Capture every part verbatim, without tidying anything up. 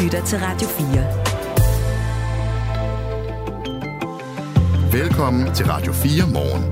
lytter til Radio fire. Velkommen til Radio fire Morgen.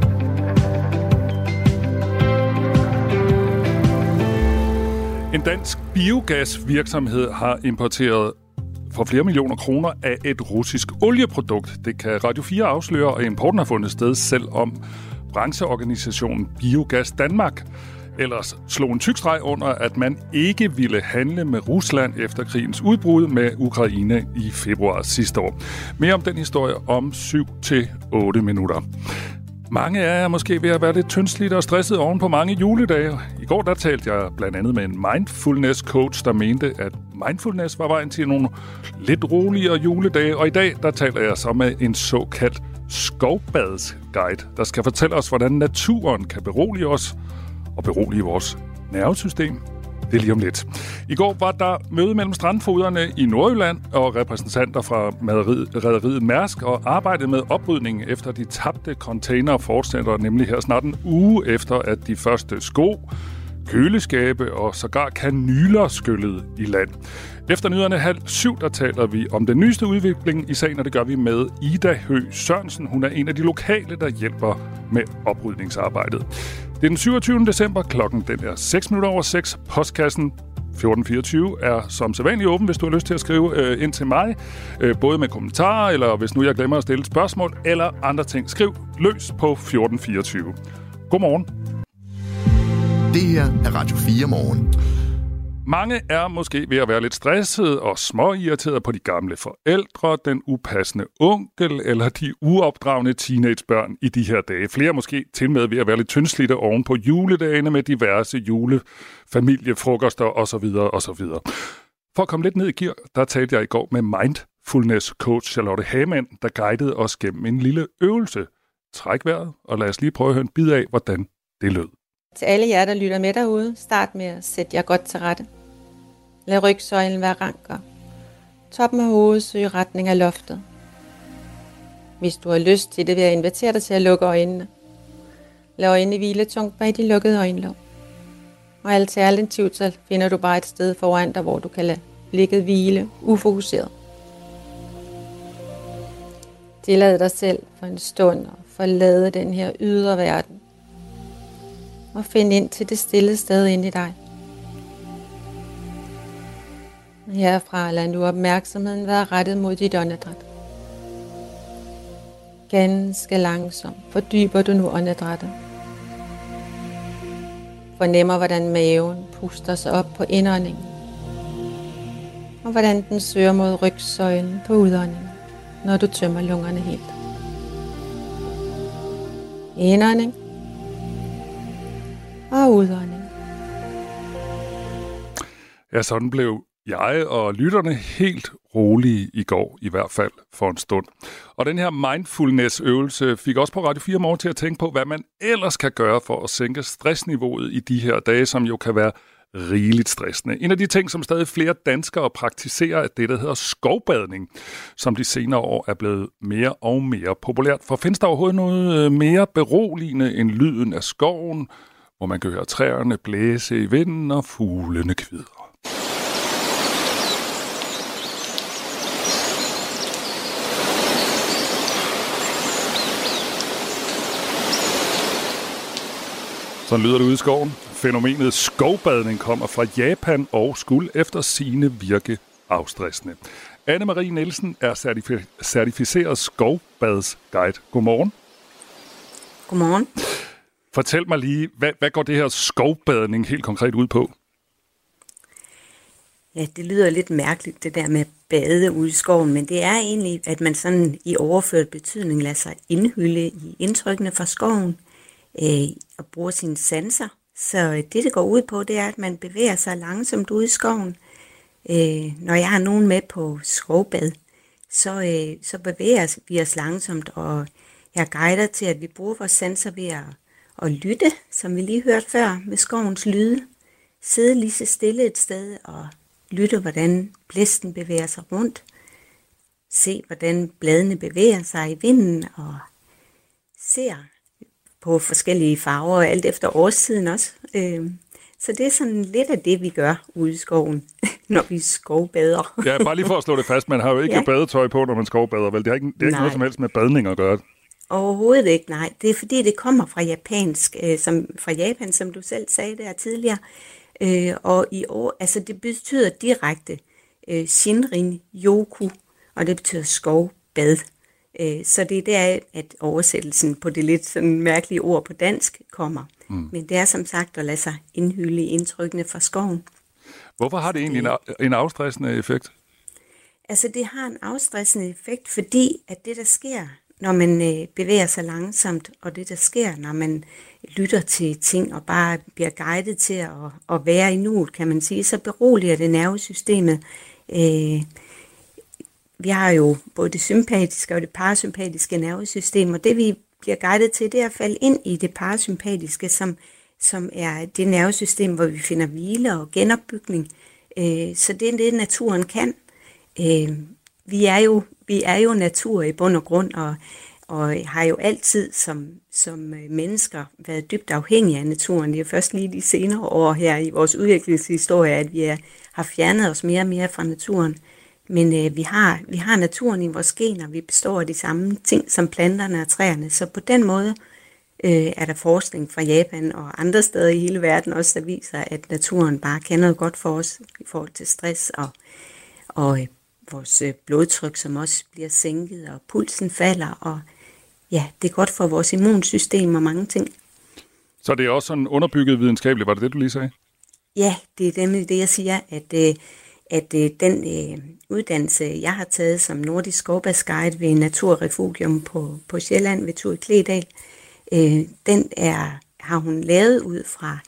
En dansk biogasvirksomhed har importeret for flere millioner kroner af et russisk olieprodukt. Det kan Radio fire afsløre, og importen har fundet sted, selvom brancheorganisationen Biogas Danmark ellers slog en tyk streg under, at man ikke ville handle med Rusland efter krigens udbrud med Ukraine i februar sidste år. Mere om den historie om syv til otte minutter. Mange af jer er måske ved at være lidt tyndslidt og stresset oven på mange juledage. I går der talte jeg blandt andet med en mindfulness coach, der mente, at mindfulness var vejen til nogle lidt roligere juledage. Og i dag der taler jeg så med en såkaldt skovbadsguide, der skal fortælle os, hvordan naturen kan berolige os og berolige vores nervesystem. Det er lige om lidt. I går var der møde mellem strandfoderne i Nordjylland og repræsentanter fra rederiet Mærsk og arbejdede med oprydningen efter de tabte container fortsætter nemlig her snart en uge efter, at de første sko, køleskabe og sågar kanyler skyllede i land. Efter nyhederne halv syv, der taler vi om den nyeste udvikling i sagen, og det gør vi med Ida Høgh Sørensen. Hun er en af de lokale, der hjælper med oprydningsarbejdet. Det er den syvogtyvende december, klokken den er seks minutter over seks. Postkassen fjorten fireogtyve er som sædvanligt åben, hvis du har lyst til at skrive øh, ind til mig. Øh, både med kommentarer, eller hvis nu jeg glemmer at stille et spørgsmål, eller andre ting. Skriv løs på fjorten fireogtyve. Godmorgen. Det her er Radio fire Morgen. Mange er måske ved at være lidt stresset og småirriteret på de gamle forældre, den upassende onkel eller de uopdragne teenagebørn i de her dage. Flere måske til med ved at være lidt tyndslidte oven på juledagene med diverse julefamiliefrokoster osv. osv. For at komme lidt ned i gear, der talte jeg i går med mindfulness coach Charlotte Hamann, der guidede os gennem en lille øvelse. Træk vejret, og lad os lige prøve at høre en bid af, hvordan det lød. Til alle jer, der lytter med derude, start med at sætte jer godt til rette. Lad rygsøjlen være ranker. Toppen af hovedet søge i retning af loftet. Hvis du har lyst til det, vil jeg invitere dig til at lukke øjnene. Lad øjnene hvile tungt bag de lukkede øjenlåg. Og alternativt så finder du bare et sted foran dig, hvor du kan lade blikket hvile ufokuseret. Tillad dig selv for en stund og forlade den her ydre verden. Og find ind til det stille sted inde i dig. Herfra lad nu opmærksomheden være rettet mod dit åndedræt. Ganske langsomt fordyber du nu åndedrættet. Fornemmer, hvordan maven puster sig op på indåndingen. Og hvordan den søger mod rygsøjlen på udåndingen, når du tømmer lungerne helt. Indånding. Og udånding. Ja, sådan blev jeg og lytterne helt rolige i går, i hvert fald for en stund. Og den her mindfulness-øvelse fik også på Radio fire Morgen til at tænke på, hvad man ellers kan gøre for at sænke stressniveauet i de her dage, som jo kan være rigeligt stressende. En af de ting, som stadig flere danskere praktiserer, er det, der hedder skovbadning, som de senere år er blevet mere og mere populært. For findes der overhovedet noget mere beroligende end lyden af skoven, hvor man kan høre træerne blæse i vinden og fuglene kvidre? Sådan lyder det ude i skoven. Fænomenet skovbadning kommer fra Japan og skulle efter sigende virke afstressende. Anne-Marie Nielsen er certifi- certificeret skovbadsguide. Godmorgen. Godmorgen. Fortæl mig lige, hvad, hvad går det her skovbadning helt konkret ud på? Ja, det lyder lidt mærkeligt, det der med at bade ude i skoven, men det er egentlig, at man sådan i overført betydning lader sig indhylde i indtrykkene fra skoven øh, og bruger sine sanser. Så det, det går ud på, det er, at man bevæger sig langsomt ude i skoven. Øh, når jeg har nogen med på skovbad, så, øh, så bevæger vi os langsomt, og jeg guider til, at vi bruger vores sanser ved at, at lytte, som vi lige hørte før, med skovens lyde. Sidde lige så stille et sted og lytte, hvordan blæsten bevæger sig rundt. Se, hvordan bladene bevæger sig i vinden, og ser på forskellige farver, alt efter årstiden også. Så det er sådan lidt af det, vi gør ude i skoven. når vi skovbader. Ja, bare lige for at slå det fast, man har jo ikke ja. badetøj på, når man skovbader, vel? Det har ikke, det er ikke noget som helst med badning at gøre. Overhovedet ikke, nej. Det er fordi, det kommer fra japansk, øh, som, fra Japan, som du selv sagde der tidligere. Øh, og i år, altså det betyder direkte øh, Shinrin Yoku, og det betyder skovbad. Øh, så det er der, at oversættelsen på det lidt sådan mærkelige ord på dansk kommer. Mm. Men det er som sagt at lade sig indhylde i indtrykkene fra skoven. Hvorfor har det egentlig en, en afstressende effekt? Altså det har en afstressende effekt, fordi at det, der sker, når man øh, bevæger sig langsomt, og det, der sker, når man lytter til ting og bare bliver guidet til at, at være i nuet, kan man sige, så beroliger det nervesystemet. Øh, vi har jo både det sympatiske og det parasympatiske nervesystem, og det vi bliver guidet til, det er at falde ind i det parasympatiske, som, som er det nervesystem, hvor vi finder hvile og genopbygning. Øh, så det er det, naturen kan. Øh, vi er jo Vi er jo natur i bund og grund, og, og har jo altid som, som mennesker været dybt afhængige af naturen. Det er jo først lige de senere år her i vores udviklingshistorie, at vi er, har fjernet os mere og mere fra naturen. Men øh, vi, har, vi har naturen i vores gener, vi består af de samme ting som planterne og træerne. Så på den måde øh, er der forskning fra Japan og andre steder i hele verden også, der viser, at naturen bare kan noget godt for os i forhold til stress og, og øh, vores blodtryk, som også bliver sænket, og pulsen falder, og ja, det er godt for vores immunsystem og mange ting. Så det er også sådan underbygget videnskabeligt, var det det, du lige sagde? Ja, det er nemlig det, jeg siger, at, at den uddannelse, jeg har taget som nordisk skovbadsguide ved Naturrefugium på, på Sjælland ved Tue Kledal, den er, har hun lavet ud fra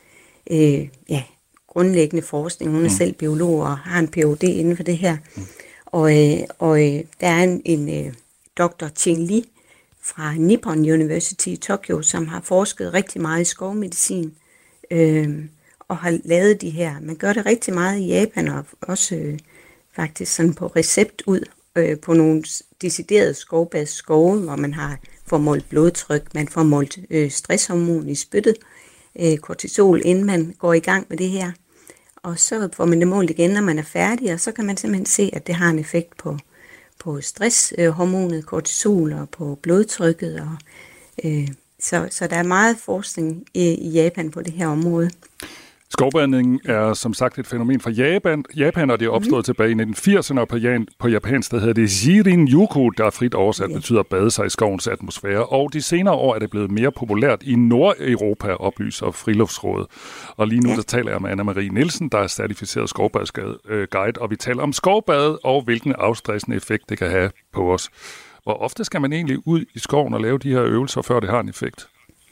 ja, grundlæggende forskning. Hun er mm. selv biolog og har en P H D inden for det her. Mm. Og, og der er en, en doktor Ching Li fra Nippon University i Tokyo, som har forsket rigtig meget i skovmedicin øh, og har lavet de her. Man gør det rigtig meget i Japan og også øh, faktisk sådan på recept ud øh, på nogle deciderede skovbadsskove, hvor man har får målt blodtryk, man får målt øh, stresshormon i spyttet, øh, kortisol, inden man går i gang med det her. Og så får man det målt igen, når man er færdig, og så kan man simpelthen se, at det har en effekt på, på stresshormonet, kortisol og på blodtrykket. Og, øh, så, så der er meget forskning i, i Japan på det her område. Skovbadning er som sagt et fænomen fra Japan, Japan og det er opstået mm. tilbage i nitten firserne, og på, jan, på japansk der hedder det Shinrin Yoku, der frit oversat yeah. betyder at bade sig i skovens atmosfære. Og de senere år er det blevet mere populært i Nordeuropa, oplyser Friluftsrådet. Og lige nu yeah. der taler jeg med Anna-Marie Nielsen, der er certificeret skovbadsguide, og vi taler om skovbad og hvilken afstressende effekt det kan have på os. Hvor ofte skal man egentlig ud i skoven og lave de her øvelser, før det har en effekt?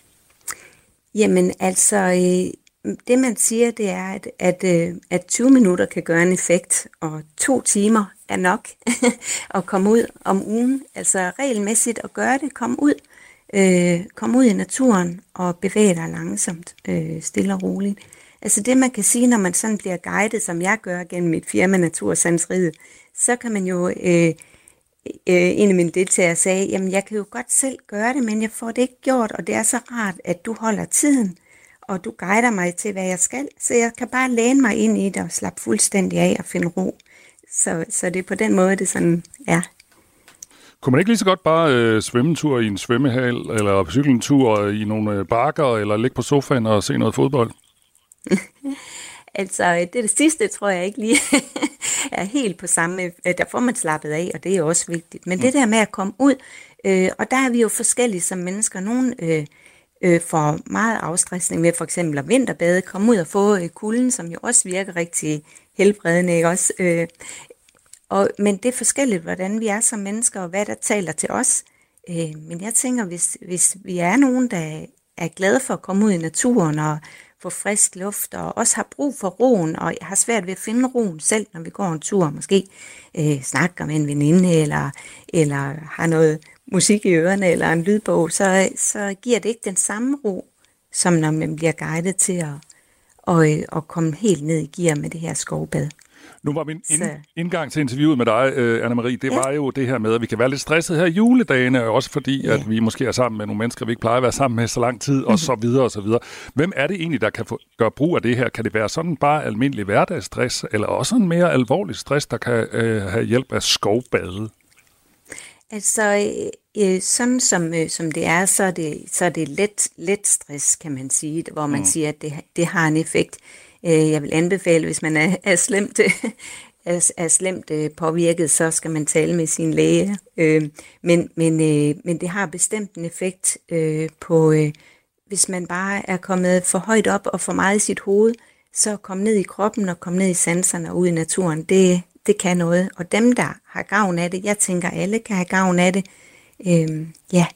Jamen altså... Øh Det man siger, det er, at, at, at tyve minutter kan gøre en effekt, og to timer er nok at komme ud om ugen. Altså regelmæssigt at gøre det, komme ud, øh, komme ud i naturen og bevæge dig langsomt, øh, stille og roligt. Altså det man kan sige, når man sådan bliver guidet, som jeg gør gennem mit firma Natursanseriet, så kan man jo, øh, øh, en af mine deltagere sagde, jamen jeg kan jo godt selv gøre det, men jeg får det ikke gjort, og det er så rart, at du holder tiden, og du guider mig til, hvad jeg skal, så jeg kan bare læne mig ind i det og slappe fuldstændig af og finde ro. Så, så det er på den måde, det sådan er. Kunne man ikke lige så godt bare øh, svømme en tur i en svømmehal, eller cykle en tur i nogle øh, bakker, eller ligge på sofaen og se noget fodbold? Altså, det er det sidste, tror jeg ikke lige er helt på samme. Der får man slappet af, og det er også vigtigt. Men mm. det der med at komme ud, øh, og der er vi jo forskellige som mennesker. Nogle øh, øh, får meget afstressning ved for eksempel at vinterbade, komme ud og få øh, kulden, som jo også virker rigtig helbredende, ikke også? Øh, og, men det er forskelligt, hvordan vi er som mennesker, og hvad der taler til os. Øh, men jeg tænker, hvis, hvis vi er nogen, der er glade for at komme ud i naturen og få frisk luft, og også har brug for roen, og har svært ved at finde roen selv, når vi går en tur, måske øh, snakker med en veninde, eller, eller har noget musik i ørerne, eller en lydbog, så, så giver det ikke den samme ro, som når man bliver guidet til at, og, at komme helt ned i gear med det her skovbad. Nu var min ind, indgang til interviewet med dig, uh, Anna-Marie, det ja. var jo det her med, at vi kan være lidt stresset her i juledagene, også fordi, ja. at vi måske er sammen med nogle mennesker, vi ikke plejer at være sammen med så lang tid, og så videre og så videre. Hvem er det egentlig, der kan få, gøre brug af det her? Kan det være sådan bare almindelig hverdagsstress, eller også en mere alvorlig stress, der kan uh, have hjælp af skovbade? Altså, øh, sådan som, øh, som det er, så er det, så er det let, let stress, kan man sige, hvor man mm. siger, at det, det har en effekt. Øh, jeg vil anbefale, hvis man er, er slemt, er, er slemt øh, påvirket, så skal man tale med sin læge. Øh, men, men, øh, men det har bestemt en effekt øh, på, øh, hvis man bare er kommet for højt op og for meget i sit hoved, så kom ned i kroppen og kom ned i sanserne og ud i naturen. Det Det kan noget, og dem, der har gavn af det, jeg tænker, alle kan have gavn af det, øhm, ja.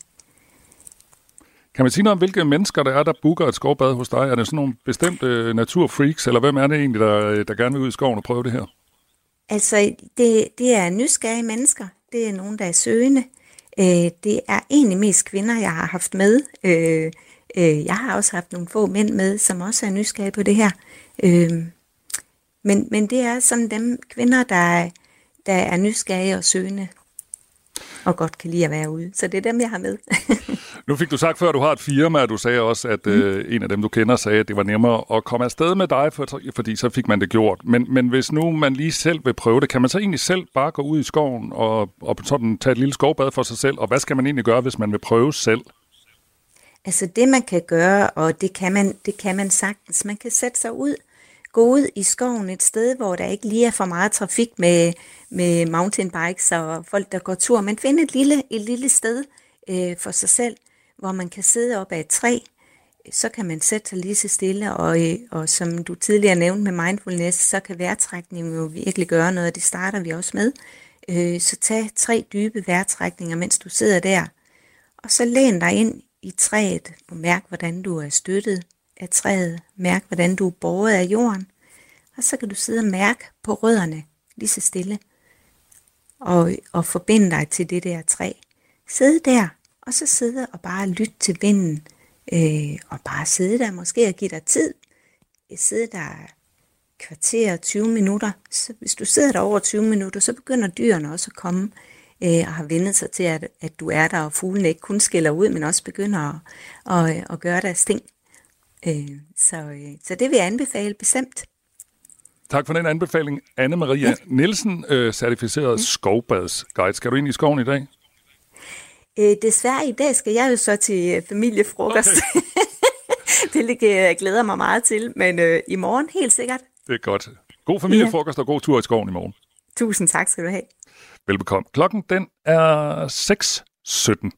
Kan man sige noget om, hvilke mennesker der er, der booker et skovbad hos dig? Er det sådan nogle bestemte naturfreaks, eller hvem er det egentlig, der, der gerne vil ud i skoven og prøve det her? Altså, det, det er nysgerrige mennesker, det er nogen, der er søgende. Øh, det er egentlig mest kvinder, jeg har haft med. Øh, øh, jeg har også haft nogle få mænd med, som også er nysgerrige på det her. Øh, Men, men det er sådan dem kvinder, der, der er nysgerrige og søgende, og godt kan lide at være ude. Så det er dem, jeg har med. Nu fik du sagt før, at du har et firma, og du sagde også, at mm. øh, en af dem, du kender, sagde, at det var nemmere at komme afsted med dig, for, fordi så fik man det gjort. Men, men hvis nu man lige selv vil prøve det, kan man så egentlig selv bare gå ud i skoven og, og sådan tage et lille skovbad for sig selv? Og hvad skal man egentlig gøre, hvis man vil prøve selv? Altså det, man kan gøre, og det kan man, det kan man sagtens. Man kan sætte sig ud. Gå ud i skoven et sted, hvor der ikke lige er for meget trafik med, med mountainbikes og folk, der går tur. Men find et lille, et lille sted øh, for sig selv, hvor man kan sidde op af et træ. Så kan man sætte sig lige så stille, og, øh, og som du tidligere nævnte med mindfulness, så kan vejrtrækningen jo virkelig gøre noget, og det starter vi også med. Øh, så tag tre dybe vejrtrækninger, mens du sidder der. Og så læn dig ind i træet og mærk, hvordan du er støttet af træet. Mærk, hvordan du er båret af jorden. Og så kan du sidde og mærke på rødderne, lige så stille. Og, og forbinde dig til det der træ. Sidde der, og så sidde og bare lytte til vinden. Øh, og bare sidde der, måske og give dig tid. Sidde der kvarter, tyve minutter. Så hvis du sidder der over tyve minutter, så begynder dyrene også at komme. Øh, og har vendt sig til, at, at du er der, og fuglene ikke kun skiller ud, men også begynder at, at, at gøre deres ting. Øh, så, øh, så det vil jeg anbefale bestemt. Tak for den anbefaling, Anne-Marie ja. Nielsen, øh, certificeret ja. skovbadsguide. Skal du ind i skoven i dag? Øh, desværre i dag skal jeg jo så til familiefrokost. Okay. Det ligger jeg glæder mig meget til, men øh, i morgen helt sikkert. Det er godt. God familiefrokost ja. og god tur i skoven i morgen. Tusind tak skal du have. Velbekomme. Klokken den er seks sytten.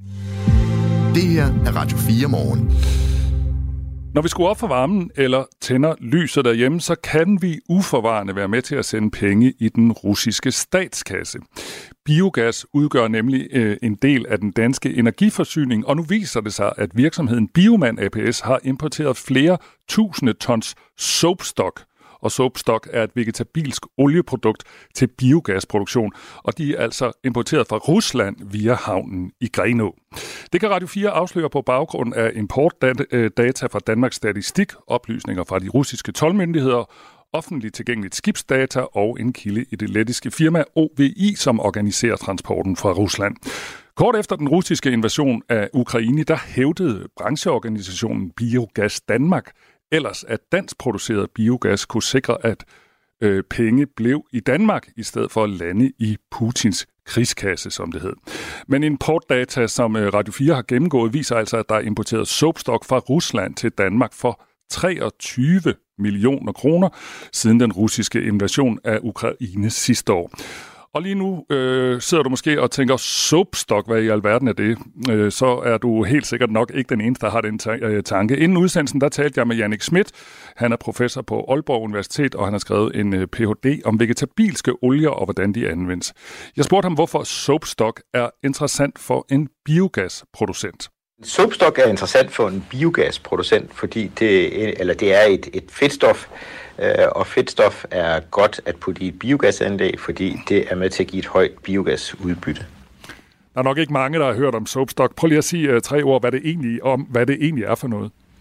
Det her er Radio fire Morgen. Når vi skruer op for varmen eller tænder lyset derhjemme, så kan vi uforvarende være med til at sende penge i den russiske statskasse. Biogas udgør nemlig øh, en del af den danske energiforsyning, og nu viser det sig, at virksomheden Bioman A P S har importeret flere tusinde tons soapstock. Og soapstock er et vegetabilsk olieprodukt til biogasproduktion, og de er altså importeret fra Rusland via havnen i Grenaa. Det kan Radio fire afsløre på baggrund af importdata fra Danmarks Statistik, oplysninger fra de russiske toldmyndigheder, offentligt tilgængeligt skibsdata og en kilde i det lettiske firma O V I, som organiserer transporten fra Rusland. Kort efter den russiske invasion af Ukraine, der hævdede brancheorganisationen Biogas Danmark ellers, at dansk produceret biogas kunne sikre, at øh, penge blev i Danmark, i stedet for at lande i Putins krigskasse, som det hed. Men importdata, som øh, Radio fire har gennemgået, viser altså, at der er importeret soapstock fra Rusland til Danmark for treogtyve millioner kroner siden den russiske invasion af Ukraine sidste år. Og lige nu øh, sidder du måske og tænker, soapstock, hvad i alverden er det? Øh, så er du helt sikkert nok ikke den eneste, der har den ta- tanke. Inden udsendelsen, der talte jeg med Jannik Schmidt. Han er professor på Aalborg Universitet, og han har skrevet en øh, P H D om vegetabilske olier og hvordan de anvendes. Jeg spurgte ham, hvorfor soapstock er interessant for en biogasproducent. Soapstock er interessant for en biogasproducent, fordi det, eller det er et, et fedtstof, og fedtstof er godt at putte i et biogasanlæg, fordi det er med til at give et højt biogasudbytte. Der er nok ikke mange, der har hørt om soapstock. Prøv lige at sige uh, tre ord, hvad det egentlig om, hvad det egentlig er for noget.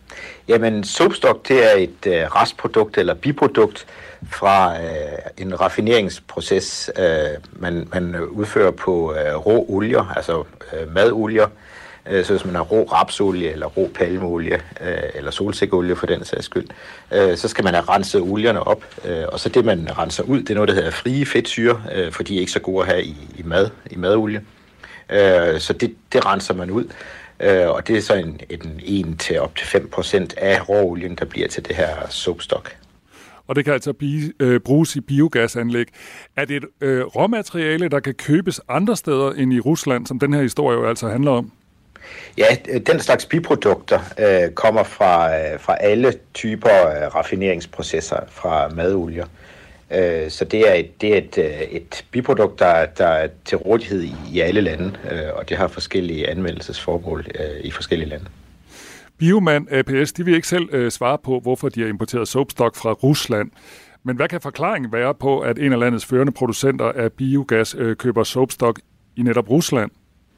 Jamen, soapstock, det er et øh, restprodukt eller biprodukt fra øh, en raffineringsproces, øh, man, man udfører på øh, rå olier, altså øh, madolier. Øh, så hvis man har rå rapsolie eller rå palmeolie øh, eller solsikkeolie for den sags skyld, øh, så skal man have renset olierne op. Øh, og så det, man renser ud, det er noget, der hedder frie fedtsyre, øh, for de er ikke så gode at have i, i, mad, i madolie. Øh, så det, det renser man ud. Uh, og det er så en, en en til op til fem procent af råolien, der bliver til det her soapstock. Og det kan altså bi, øh, bruges i biogasanlæg. Er det et øh, råmateriale, der kan købes andre steder end i Rusland, som den her historie jo altså handler om? Ja, den slags biprodukter øh, kommer fra, øh, fra alle typer øh, raffineringsprocesser fra madolier. Så det er et, det er et, et biprodukt, der, der er til rådighed i, i alle lande, og det har forskellige anvendelsesformål i forskellige lande. Bioman A P S, de vil ikke selv øh, svare på, hvorfor de har importeret soapstock fra Rusland. Men hvad kan forklaringen være på, at en af landets førende producenter af biogas øh, køber soapstock i netop Rusland?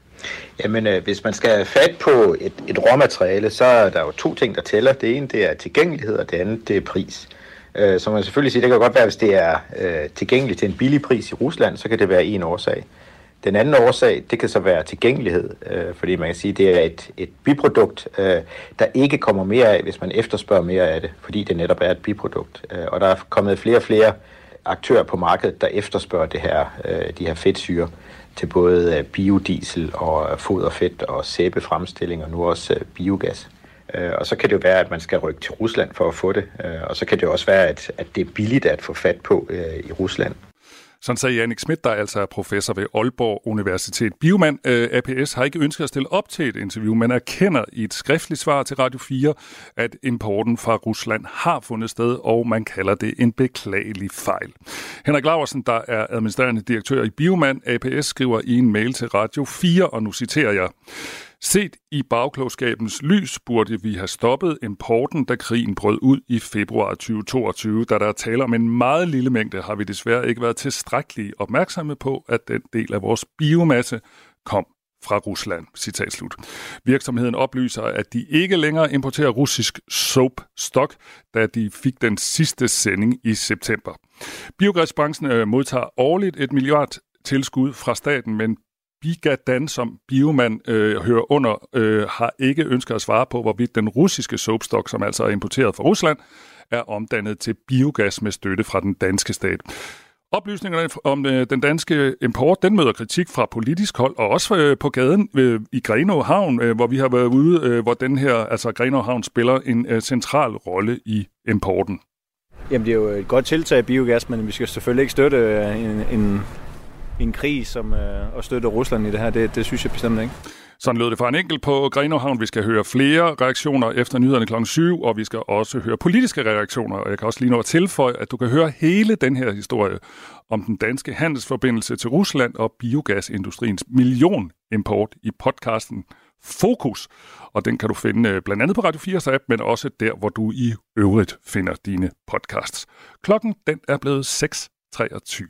Jamen, øh, hvis man skal have fat på et, et råmateriale, så er der jo to ting, der tæller. Det ene, det er tilgængelighed, og det andet, det er pris. Så man selvfølgelig sige, det kan godt være, hvis det er øh, tilgængeligt til en billig pris i Rusland, så kan det være en årsag. Den anden årsag, det kan så være tilgængelighed, øh, fordi man kan sige, det er et, et biprodukt, øh, der ikke kommer mere af, hvis man efterspørger mere af det, fordi det netop er et biprodukt. Øh, og der er kommet flere og flere aktører på markedet, der efterspørger det her, øh, de her fedtsyre til både biodiesel og foderfedt og sæbefremstilling og nu også øh, biogas. Og så kan det jo være, at man skal rykke til Rusland for at få det. Og så kan det jo også være, at, at det er billigt at få fat på øh, i Rusland. Sådan sagde Jannik Schmidt, der altså er professor ved Aalborg Universitet. Bioman øh, A P S har ikke ønsket at stille op til et interview, men erkender i et skriftligt svar til Radio fire, at importen fra Rusland har fundet sted, og man kalder det en beklagelig fejl. Henrik Laursen, der er administrerende direktør i Bioman A P S, skriver i en mail til Radio fire, og nu citerer jeg: Set i bagklogskabens lys burde vi have stoppet importen, da krigen brød ud i februar tyve toogtyve. Da der er tale om en meget lille mængde, har vi desværre ikke været tilstrækkeligt opmærksomme på, at den del af vores biomasse kom fra Rusland. Citat slut. Virksomheden oplyser, at de ikke længere importerer russisk soapstock, da de fik den sidste sending i september. Biogasbranchen modtager årligt et milliard tilskud fra staten, men Bigadan, som Bioman øh, hører under, øh, har ikke ønsket at svare på, hvorvidt den russiske soapstock, som altså er importeret fra Rusland, er omdannet til biogas med støtte fra den danske stat. Oplysningerne om øh, den danske import, den møder kritik fra politisk hold, og også øh, på gaden øh, i Grenaa Havn, øh, hvor vi har været ude, øh, hvor den her, altså Grenaa Havn, spiller en øh, central rolle i importen. Jamen, det er jo et godt tiltag, biogas, men vi skal selvfølgelig ikke støtte en... en en krig, som øh, at støtte Rusland i det her, det, det synes jeg bestemt ikke. Sådan lød det fra en enkelt på Grenaa Havn. Vi skal høre flere reaktioner efter nyhederne klokken syv, og vi skal også høre politiske reaktioner. Og jeg kan også lige nå at tilføje, at du kan høre hele den her historie om den danske handelsforbindelse til Rusland og biogasindustriens millionimport i podcasten Fokus. Og den kan du finde blandt andet på Radio fires app, men også der, hvor du i øvrigt finder dine podcasts. Klokken den er blevet seks treogtyve.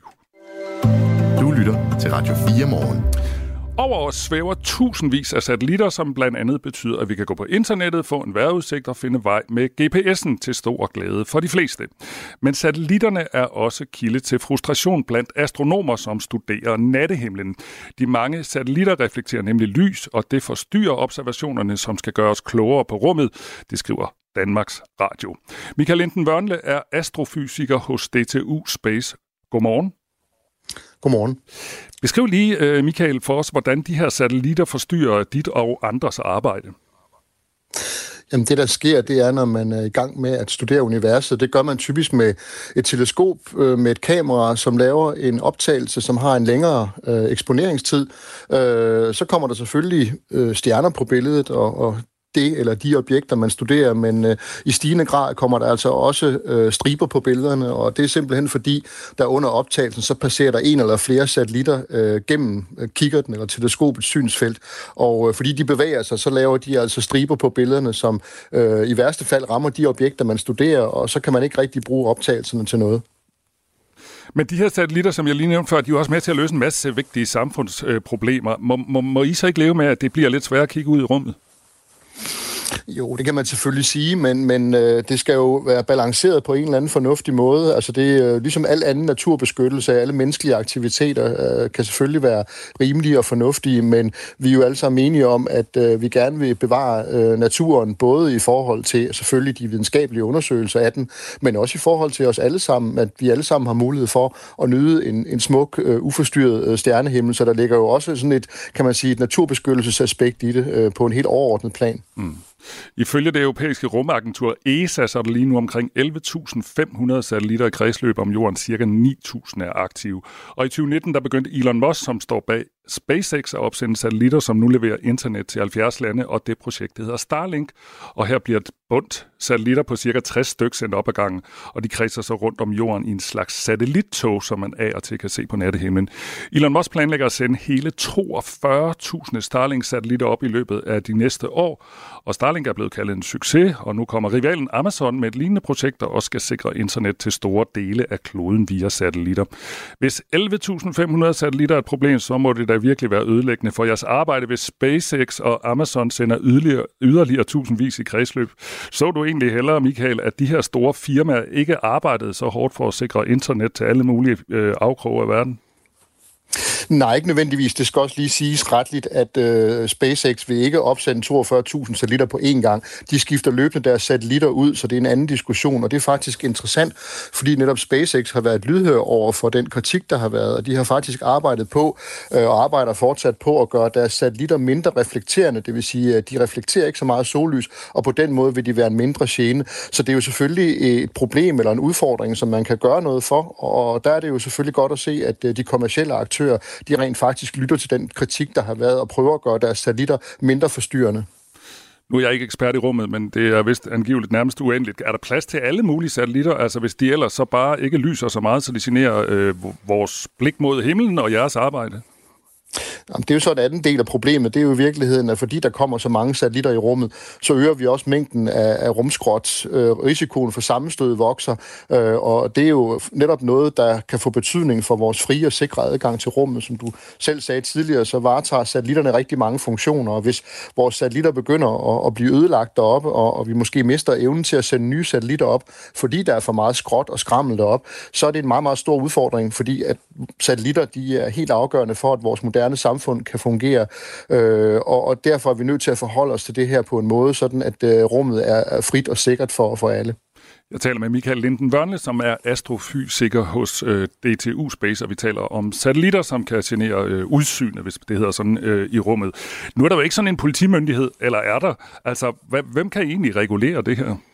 Du lytter til Radio fire Morgen. Over os svæver tusindvis af satellitter, som blandt andet betyder, at vi kan gå på internettet, få en vejrudsigt og finde vej med G P S'en til stor glæde for de fleste. Men satellitterne er også kilde til frustration blandt astronomer, som studerer nattehimlen. De mange satellitter reflekterer nemlig lys, og det forstyrrer observationerne, som skal gøre os klogere på rummet, det skriver Danmarks Radio. Michael Linden Wørnle er astrofysiker hos D T U Space. Godmorgen. Godmorgen. Beskriv lige, Michael, for os, hvordan de her satellitter forstyrrer dit og andres arbejde. Jamen det, der sker, det er, når man er i gang med at studere universet. Det gør man typisk med et teleskop med et kamera, som laver en optagelse, som har en længere øh, eksponeringstid. Øh, så kommer der selvfølgelig øh, stjerner på billedet, og, og det eller de objekter, man studerer, men øh, i stigende grad kommer der altså også øh, striber på billederne, og det er simpelthen fordi, der under optagelsen, så passerer der en eller flere satellitter øh, gennem øh, kikkerten eller teleskopets synsfelt, og øh, fordi de bevæger sig, så laver de altså striber på billederne, som øh, i værste fald rammer de objekter, man studerer, og så kan man ikke rigtig bruge optagelserne til noget. Men de her satellitter, som jeg lige nævnte før, de er jo også med til at løse en masse vigtige samfundsproblemer. Må, må, må I så ikke leve med, at det bliver lidt sværere at kigge ud i rummet? Jo, det kan man selvfølgelig sige, men, men øh, det skal jo være balanceret på en eller anden fornuftig måde. Altså det er øh, ligesom al anden naturbeskyttelse, alle menneskelige aktiviteter øh, kan selvfølgelig være rimelige og fornuftige, men vi er jo alle sammen enige om, at øh, vi gerne vil bevare øh, naturen, både i forhold til selvfølgelig de videnskabelige undersøgelser af den, men også i forhold til os alle sammen, at vi alle sammen har mulighed for at nyde en, en smuk, øh, uforstyrret øh, stjernehimmel, så der ligger jo også sådan et, kan man sige, et naturbeskyttelsesaspekt i det øh, på en helt overordnet plan. Mm. Ifølge det europæiske rumagentur E S A, så er der lige nu omkring elleve tusind fem hundrede satellitter i kredsløb om jorden, cirka ni tusind er aktive. Og i tyve nitten der begyndte Elon Musk, som står bag SpaceX, at opsende satellitter, som nu leverer internet til halvfjerds lande, og det projekt hedder Starlink. Og her bliver et bundt satellitter på cirka tres stykker sendt op ad gangen, og de kredser så rundt om jorden i en slags satellittog, som man af og til kan se på nattehimlen. Elon Musk planlægger at sende hele toogfyrre tusind Starlink-satellitter op i løbet af de næste år, og Starlink er blevet kaldet en succes, og nu kommer rivalen Amazon med et lignende projekt, der også skal sikre internet til store dele af kloden via satellitter. Hvis elleve tusind fem hundrede satellitter er et problem, så må det da virkelig være ødelæggende for jeres arbejde, hvis SpaceX og Amazon sender yderligere, yderligere tusindvis i kredsløb. Så du egentlig hellere, Michael, at de her store firmaer ikke arbejdede så hårdt for at sikre internet til alle mulige øh, afkroge af verden? Nej, ikke nødvendigvis. Det skal også lige siges retligt, at øh, SpaceX vil ikke opsende toogfyrre tusind satellitter på én gang. De skifter løbende deres satellitter ud, så det er en anden diskussion, og det er faktisk interessant, fordi netop SpaceX har været lydhør over for den kritik, der har været, og de har faktisk arbejdet på øh, og arbejder fortsat på at gøre deres satellitter mindre reflekterende, det vil sige, at de reflekterer ikke så meget sollys, og på den måde vil de være en mindre gene. Så det er jo selvfølgelig et problem eller en udfordring, som man kan gøre noget for, og der er det jo selvfølgelig godt at se, at de kommercielle aktører, de rent faktisk lytter til den kritik, der har været, og prøver at gøre deres satellitter mindre forstyrrende. Nu er jeg ikke ekspert i rummet, men det er vist angiveligt nærmest uendeligt. Er der plads til alle mulige satellitter? Altså hvis de ellers så bare ikke lyser så meget, så de generer øh, vores blik mod himlen og jeres arbejde? Jamen, det er jo så en anden del af problemet. Det er jo i virkeligheden, at fordi der kommer så mange satellitter i rummet, så øger vi også mængden af, af rumskrot. Øh, risikoen for sammenstød vokser, øh, og det er jo netop noget, der kan få betydning for vores frie og sikre adgang til rummet. Som du selv sagde tidligere, så varetager satellitterne rigtig mange funktioner, og hvis vores satellitter begynder at, at blive ødelagt deroppe, og, og vi måske mister evnen til at sende nye satellitter op, fordi der er for meget skrot og skrammel deroppe, så er det en meget, meget stor udfordring, fordi at satellitter, de er helt afgørende for, at vores moderne samfund kan fungere, øh, og, og derfor er vi nødt til at forholde os til det her på en måde, sådan at øh, rummet er, er frit og sikkert for, for alle. Jeg taler med Michael Linden-Wørnle, som er astrofysiker hos øh, D T U Space, og vi taler om satellitter, som kan genere øh, udsynet, hvis det hedder sådan, øh, i rummet. Nu er der jo ikke sådan en politimyndighed, eller er der? Altså, hvem kan egentlig regulere det her?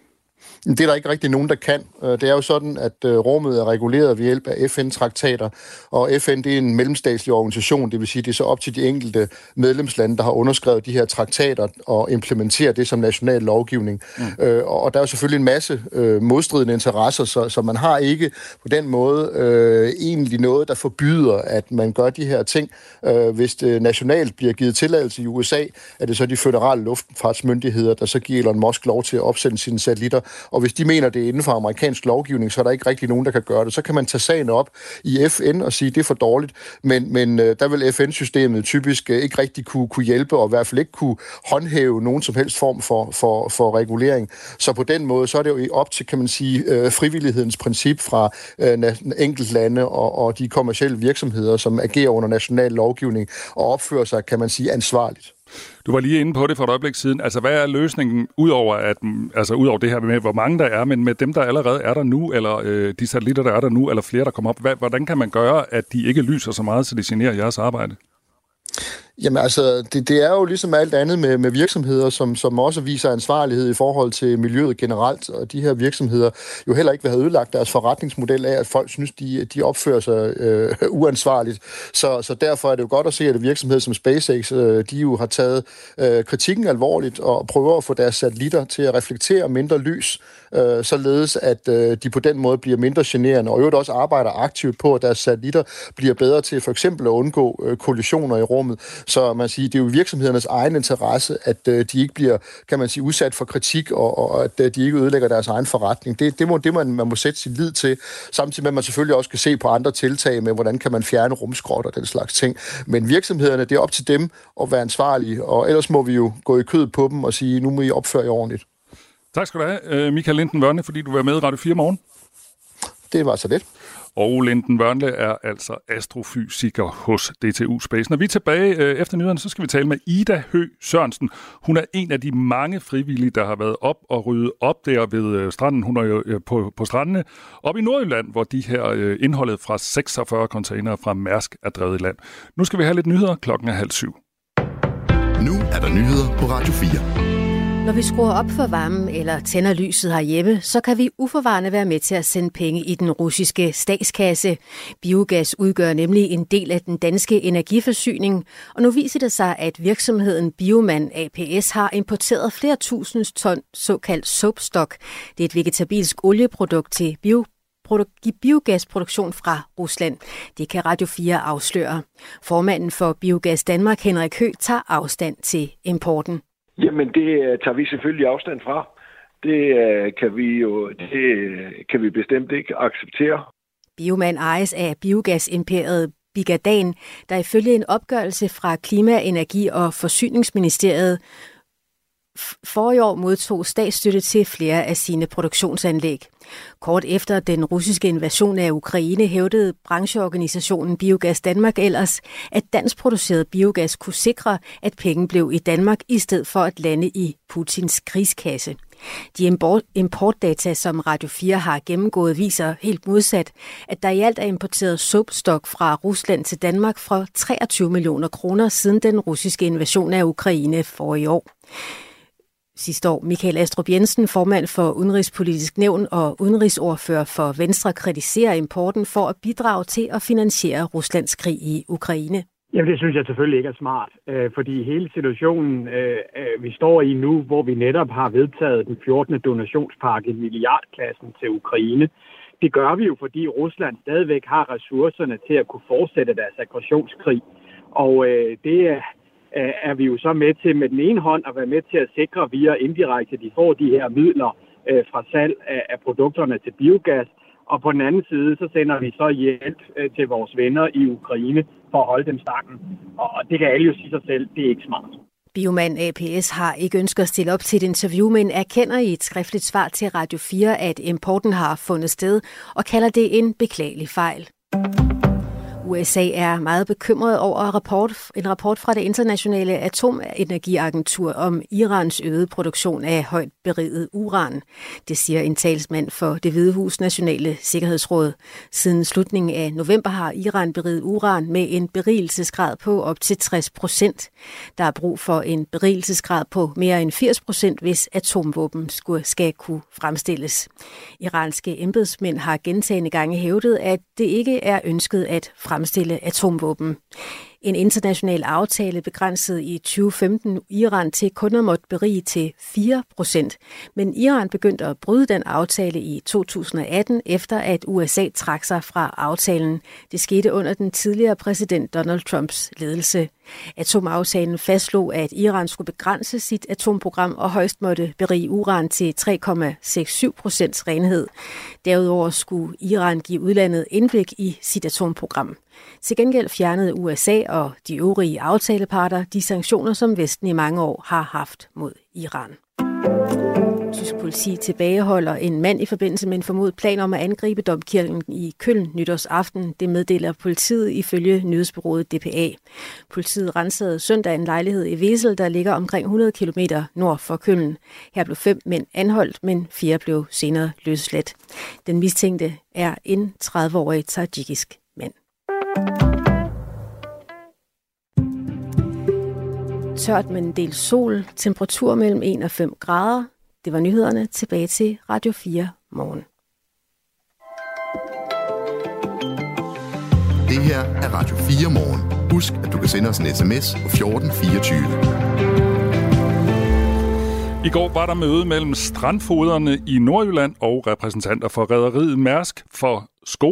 Det er der ikke rigtig nogen, der kan. Det er jo sådan, at rummet er reguleret ved hjælp af F N-traktater, og F N det er en mellemstatslig organisation, det vil sige, det er så op til de enkelte medlemslande, der har underskrevet de her traktater og implementerer det som national lovgivning. Mm. Og der er jo selvfølgelig en masse modstridende interesser, så, så man har ikke på den måde øh, egentlig noget, der forbyder, at man gør de her ting. Hvis det nationalt bliver givet tilladelse i U S A, er det så de føderale luftfartsmyndigheder, der så giver Elon Musk lov til at opsende sine satellitter. Og hvis de mener, det er inden for amerikansk lovgivning, så er der ikke rigtig nogen, der kan gøre det. Så kan man tage sagen op i F N og sige, det er for dårligt. Men, men der vil F N-systemet typisk ikke rigtig kunne, kunne hjælpe, og i hvert fald ikke kunne håndhæve nogen som helst form for, for, for regulering. Så på den måde, så er det jo op til, kan man sige, frivillighedens princip fra enkeltlande og, og de kommercielle virksomheder, som agerer under national lovgivning og opfører sig, kan man sige, ansvarligt. Du var lige inde på det for et øjeblik siden. Altså, hvad er løsningen, udover, at, altså, udover det her med, hvor mange der er, men med dem, der allerede er der nu, eller øh, de satellitter, der er der nu, eller flere, der kommer op, hvad, hvordan kan man gøre, at de ikke lyser så meget, så de generer jeres arbejde? Jamen altså, det, det er jo ligesom alt andet med, med virksomheder, som, som også viser ansvarlighed i forhold til miljøet generelt, og de her virksomheder jo heller ikke vil have ødelagt deres forretningsmodel af, at folk synes, de, de opfører sig øh, uansvarligt. Så, så derfor er det jo godt at se, at virksomheder som SpaceX, øh, de jo har taget øh, kritikken alvorligt og prøver at få deres satellitter til at reflektere mindre lys, øh, således at øh, de på den måde bliver mindre generende, og øvrigt også arbejder aktivt på, at deres satellitter bliver bedre til for eksempel at undgå øh, kollisioner i rummet. Så man siger, det er jo virksomhedernes egen interesse, at de ikke bliver, kan man sige, udsat for kritik, og, og at de ikke ødelægger deres egen forretning. Det, det må det, man, man må sætte sin lid til, samtidig med, at man selvfølgelig også kan se på andre tiltag med, hvordan kan man fjerne rumskrot og den slags ting. Men virksomhederne, det er op til dem at være ansvarlige, og ellers må vi jo gå i kødet på dem og sige, nu må I opføre jer ordentligt. Tak skal du have, Michael Linden Wørnle, fordi du var med i Radio fire Morgen. Det var så lidt. Og Linden Wørnle er altså astrofysiker hos D T U Space. Når vi er tilbage øh, efter nyhederne, så skal vi tale med Ida Høgh Sørensen. Hun er en af de mange frivillige, der har været op og ryddet op der ved øh, stranden. Hun er jo øh, på, på strandene op i Nordjylland, hvor de her øh, indholdet fra seksogfyrre containere fra Mærsk er drevet i land. Nu skal vi have lidt nyheder. Klokken er halv syv. Nu er der nyheder på Radio fire. Når vi skruer op for varmen eller tænder lyset herhjemme, så kan vi uforvarende være med til at sende penge i den russiske statskasse. Biogas udgør nemlig en del af den danske energiforsyning, og nu viser det sig, at virksomheden Bioman A P S har importeret flere tusind ton såkaldt soapstock. Det er et vegetabilsk olieprodukt til bio biogasproduktion fra Rusland. Det kan Radio fire afsløre. Formanden for Biogas Danmark, Henrik Høgh, tager afstand til importen. Jamen, det tager vi selvfølgelig afstand fra. Det kan vi jo det kan vi bestemt ikke acceptere. Bioman ejes af biogasimperiet Bigadan, der ifølge en opgørelse fra Klima-, Energi- og Forsyningsministeriet for i år modtog statsstøtte til flere af sine produktionsanlæg. Kort efter den russiske invasion af Ukraine hævdede brancheorganisationen Biogas Danmark ellers, at dansk produceret biogas kunne sikre, at penge blev i Danmark i stedet for at lande i Putins krigskasse. De importdata, som Radio fire har gennemgået, viser helt modsat, at der i alt er importeret soapstock fra Rusland til Danmark for treogtyve millioner kroner siden den russiske invasion af Ukraine for i år. Sidste år, Michael Astrup Jensen, formand for Udenrigspolitisk Nævn og udenrigsordfører for Venstre, kritiserer importen for at bidrage til at finansiere Ruslands krig i Ukraine. Jamen, det synes jeg selvfølgelig ikke er smart, fordi hele situationen, vi står i nu, hvor vi netop har vedtaget den fjortende donationspakke i milliardklassen til Ukraine, det gør vi jo, fordi Rusland stadigvæk har ressourcerne til at kunne fortsætte deres aggressionskrig. Og det er vi jo så med til med den ene hånd at være med til at sikre via indirekte, at de får de her midler fra salg af produkterne til biogas. Og på den anden side, så sender vi så hjælp til vores venner i Ukraine for at holde dem stangen. Og det kan alle jo sige sig selv, det er ikke smart. Bioman A P S har ikke ønsket at stille op til et interview, men erkender i et skriftligt svar til Radio fire, at importen har fundet sted og kalder det en beklagelig fejl. U S A er meget bekymret over rapport, en rapport fra det internationale atomenergiagentur om Irans øgede produktion af højt beriget uran. Det siger en talsmand for Det Hvide Hus Nationale Sikkerhedsråd. Siden slutningen af november har Iran beriget uran med en berigelsesgrad på op til tres procent. Der er brug for en berigelsesgrad på mere end firs procent, hvis atomvåben skal kunne fremstilles. Iranske embedsmænd har gentagne gange hævdet, at det ikke er ønsket at fremstille atomvåben. En international aftale begrænsede i tyve femten Iran til kun at måtte berige til fire procent. Men Iran begyndte at bryde den aftale i to tusind atten, efter at U S A trak sig fra aftalen. Det skete under den tidligere præsident Donald Trumps ledelse. Atomaftalen fastslog, at Iran skulle begrænse sit atomprogram og højst måtte berige uran til tre komma syv procent renhed. Derudover skulle Iran give udlandet indblik i sit atomprogram. Til gengæld fjernede U S A og de øvrige aftaleparter de sanktioner, som Vesten i mange år har haft mod Iran. Tysk politi tilbageholder en mand i forbindelse med en formodet plan om at angribe domkirken i Køln nytårsaften. Det meddeler politiet ifølge nyhedsbureauet D P A. Politiet rensede søndag en lejlighed i Wesel, der ligger omkring hundrede kilometer nord for Køln. Her blev fem mænd anholdt, men fire blev senere løsladt. Den mistænkte er en tredive-årig tadsjikisk mand. Tørt med en del sol, temperatur mellem en og fem grader. Det var nyhederne. Tilbage til Radio fire morgen. Det her er Radio fire morgen. Husk, at du kan sende os en sms på fjorten fireogtyve. I går var der møde mellem strandfoderne i Nordjylland og repræsentanter for rederiet Mærsk for sko,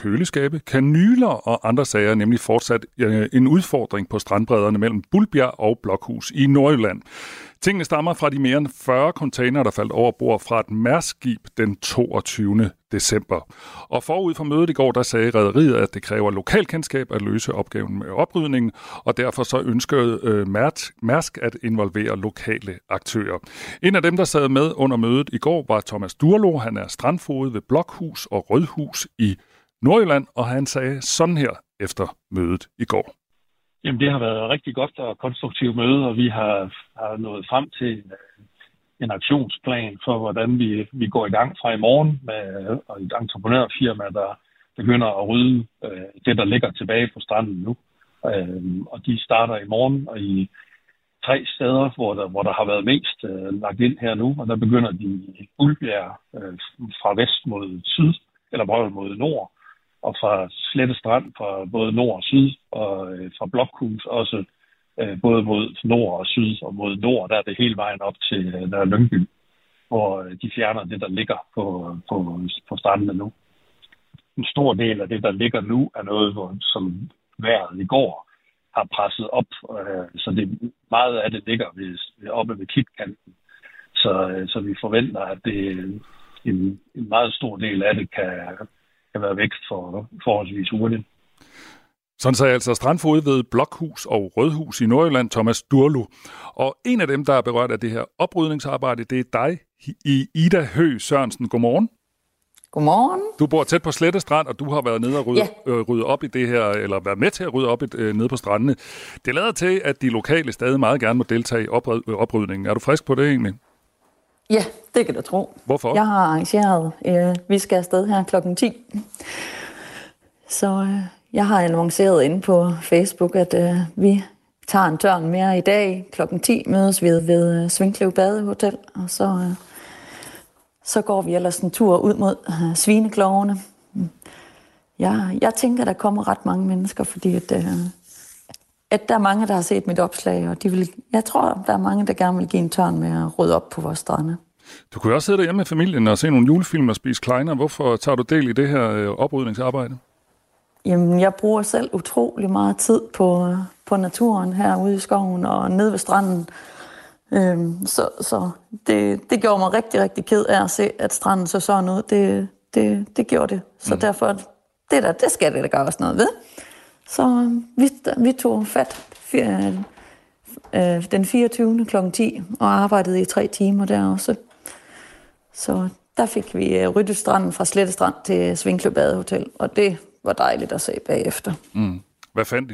køleskabe, kanyler og andre sager, nemlig fortsat en udfordring på strandbredderne mellem Bulbjerg og Blokhus i Nordjylland. Tingene stammer fra de mere end fyrre containere, der faldt over bord fra et Mærsk-skib den toogtyvende december. Og forud for mødet i går, der sagde rederiet, at det kræver lokalkendskab at løse opgaven med oprydningen, og derfor så ønskede øh, Mærsk at involvere lokale aktører. En af dem, der sad med under mødet i går, var Thomas Durlo. Han er strandfoged ved Blokhus og Rødhus i Nordjylland, og han sagde sådan her efter mødet i går. Jamen, det har været et rigtig godt og konstruktivt møde, og vi har, har nået frem til en, en aktionsplan for, hvordan vi, vi går i gang fra i morgen med et entreprenørfirma, der begynder at rydde øh, det, der ligger tilbage på stranden nu. Øh, og de starter i morgen og i tre steder, hvor der, hvor der har været mest øh, lagt ind her nu, og der begynder de i Bulbjerg øh, fra vest mod syd, eller både mod nord, og fra Slette Strand fra både nord og syd, og øh, fra Blokhus også øh, både mod nord og syd, og mod nord, der er det hele vejen op til øh, Nørre Lyngby, hvor øh, de fjerner det, der ligger på, på, på strandene nu. En stor del af det, der ligger nu, er noget, hvor, som vejret i går har presset op, øh, så det, meget af det ligger ved, oppe ved klitkanten. Så, øh, så vi forventer, at det, en, en meget stor del af det kan... kan være væk for forholdsvis hurtigt. Sådan sagde altså strandfoged ved Blokhus og Rødhus i Nordjylland, Thomas Durlo. Og en af dem, der er berørt af det her oprydningsarbejde, det er dig, Ida Høgh Sørensen. Godmorgen. Godmorgen. Du bor tæt på Slette Strand, og du har været nede og rydde, ja. øh, rydde op i det her, eller været med til at rydde op i, øh, nede på strandene. Det lader til, at de lokale stadig meget gerne må deltage i opryd- oprydningen. Er du frisk på det egentlig? Ja, det kan du tro. Hvorfor? Jeg har arrangeret, øh, vi skal afsted her klokken ti. Så øh, jeg har annonceret inde på Facebook, at øh, vi tager en tørn mere i dag. klokken ti mødes vi ved øh, Svinkløv Badehotel, og så, øh, så går vi ellers en tur ud mod øh, Svineklovene. Jeg, jeg tænker, der kommer ret mange mennesker, fordi at, øh, at der er mange, der har set mit opslag, og de vil, jeg tror, der er mange, der gerne vil give en tørn med at rydde op på vores strande. Du kunne også sidde derhjemme med familien og se nogle julefilm og spise kleiner. Hvorfor tager du del i det her øh, oprydningsarbejde? Jamen, jeg bruger selv utrolig meget tid på, på naturen herude i skoven og nede ved stranden. Øhm, så så det, det gjorde mig rigtig, rigtig ked af at se, at stranden så sådan ud. Det, det, det gjorde det. Så mm. derfor, det, der, det skal det da gøre også noget ved. Så vi, vi tog fat øh, den fireogtyvende klokken ti og arbejdede i tre timer der også. Så der fik vi ryddet stranden fra Slette Strand til Svinkløv Badehotel, og det var dejligt at se bagefter. Mm. Hvad fandt I?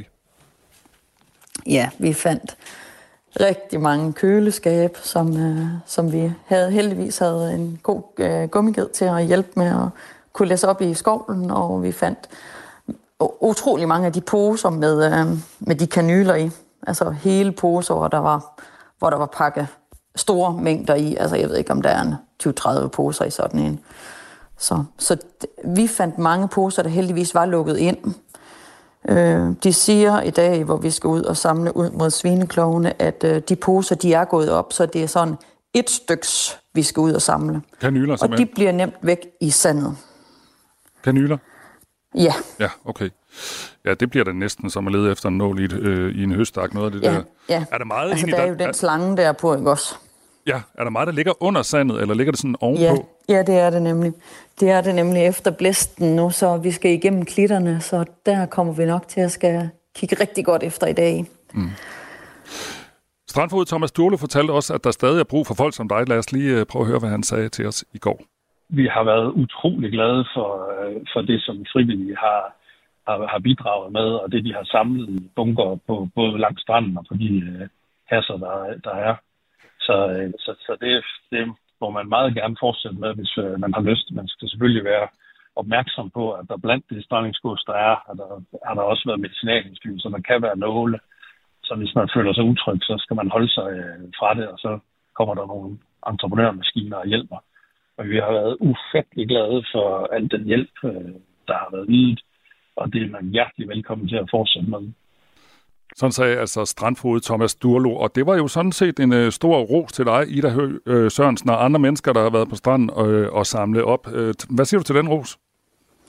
Ja, vi fandt rigtig mange køleskab, som, øh, som vi havde heldigvis havde en god øh, gummiged til at hjælpe med at kunne læse op i skovlen, og vi fandt utrolig mange af de poser med, øh, med de kanyler i. Altså hele poser, hvor der var, hvor der var pakket store mængder i. Altså jeg ved ikke, om der er tyve til tredive poser i sådan en. Så, så vi fandt mange poser, der heldigvis var lukket ind. Øh, de siger i dag, hvor vi skal ud og samle ud mod Svineklovene, at øh, de poser, de er gået op, så det er sådan et styks, vi skal ud og samle. Kanyler, og simpelthen. De bliver nemt væk i sandet. Kanyler? Ja. Ja, okay. Ja, det bliver da næsten som at lede efter en nål i, et, øh, i en høstak, noget af det ja, der. Ja, er der meget altså egentlig, der er jo den slange der på, ikke også? Ja, er der meget, der ligger under sandet, eller ligger det sådan ovenpå? Ja, ja, det er det nemlig. Det er det nemlig efter blæsten nu, så vi skal igennem klitterne, så der kommer vi nok til at skal kigge rigtig godt efter i dag. Mm. Strandfoged Thomas Durlo fortalte også, at der stadig er brug for folk som dig. Lad os lige prøve at høre, hvad han sagde til os i går. Vi har været utrolig glade for, for det, som frivillige har, har, har bidraget med, og det, de har samlet i bunker på både langs stranden og på de uh, hasser, der, der er. Så, så, så det, det må man meget gerne fortsætte med, hvis uh, man har lyst. Man skal selvfølgelig være opmærksom på, at der blandt de strandingsgods, der er, har der, har der også været medicinaludstyr, så man kan være nåle. Så hvis man føler sig utryg, så skal man holde sig uh, fra det, og så kommer der nogle entreprenørmaskiner og hjælper. Og vi har været ufattelig glade for al den hjælp, uh, der har været ydet, og det er man hjertelig velkommen til at fortsætte med. Sådan sagde altså strandfoged Thomas Durlo, og det var jo sådan set en øh, stor ros til dig, Ida Høgh øh, Sørensen, og andre mennesker, der har været på stranden og, øh, og samlet op. Øh, hvad siger du til den ros?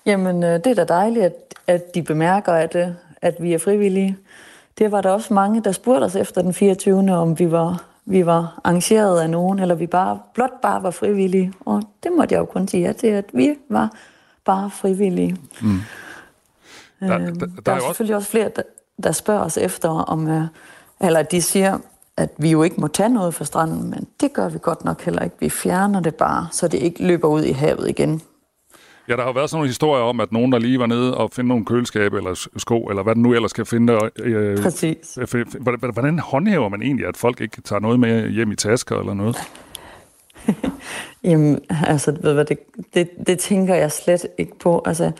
Jamen, det er da dejligt, at, at de bemærker, at, at vi er frivillige. Det var der også mange, der spurgte os efter den fireogtyvende om vi var, vi var arrangeret af nogen, eller vi bare blot bare var frivillige. Og det måtte jeg jo kun sige ja til, at vi var bare frivillige. Mm. Der, der, der, der er, er selvfølgelig også flere, der, der spørger os efter, om, eller de siger, at vi jo ikke må tage noget fra stranden, men det gør vi godt nok heller ikke. Vi fjerner det bare, så det ikke løber ud i havet igen. Ja, der har været sådan nogle historier om, at nogen, der lige var nede og finde nogle køleskabe eller sko, eller hvad den nu ellers skal finde. Øh, Præcis. Hvordan håndhæver man egentlig, at folk ikke tager noget med hjem i tasker eller noget? Jamen, altså, ved hvad, det, det, det tænker jeg slet ikke på. Altså,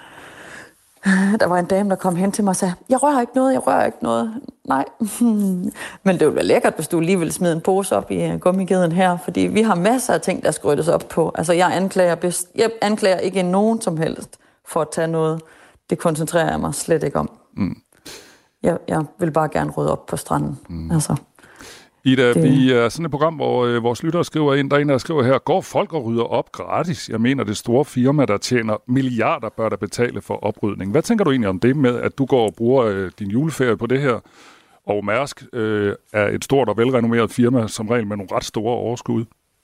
der var en dame, der kom hen til mig og sagde, jeg rører ikke noget, jeg rører ikke noget. Nej, men det ville være lækkert, hvis du lige ville smide en pose op i gummigeden her, fordi vi har masser af ting, der skal ryddes op på. Altså, jeg anklager, bedst, jeg anklager ikke nogen som helst for at tage noget. Det koncentrerer jeg mig slet ikke om. Mm. Jeg, jeg vil bare gerne rydde op på stranden. Mm. Altså. Ida, det... vi er sådan et program, hvor øh, vores lyttere skriver ind, der er en, der skriver her, går folk og rydder op gratis? Jeg mener, det store firma, der tjener milliarder, bør der betale for oprydning. Hvad tænker du egentlig om det med, at du går og bruger øh, din juleferie på det her, og Mærsk øh, er et stort og velrenommeret firma, som regel med nogle ret store overskud?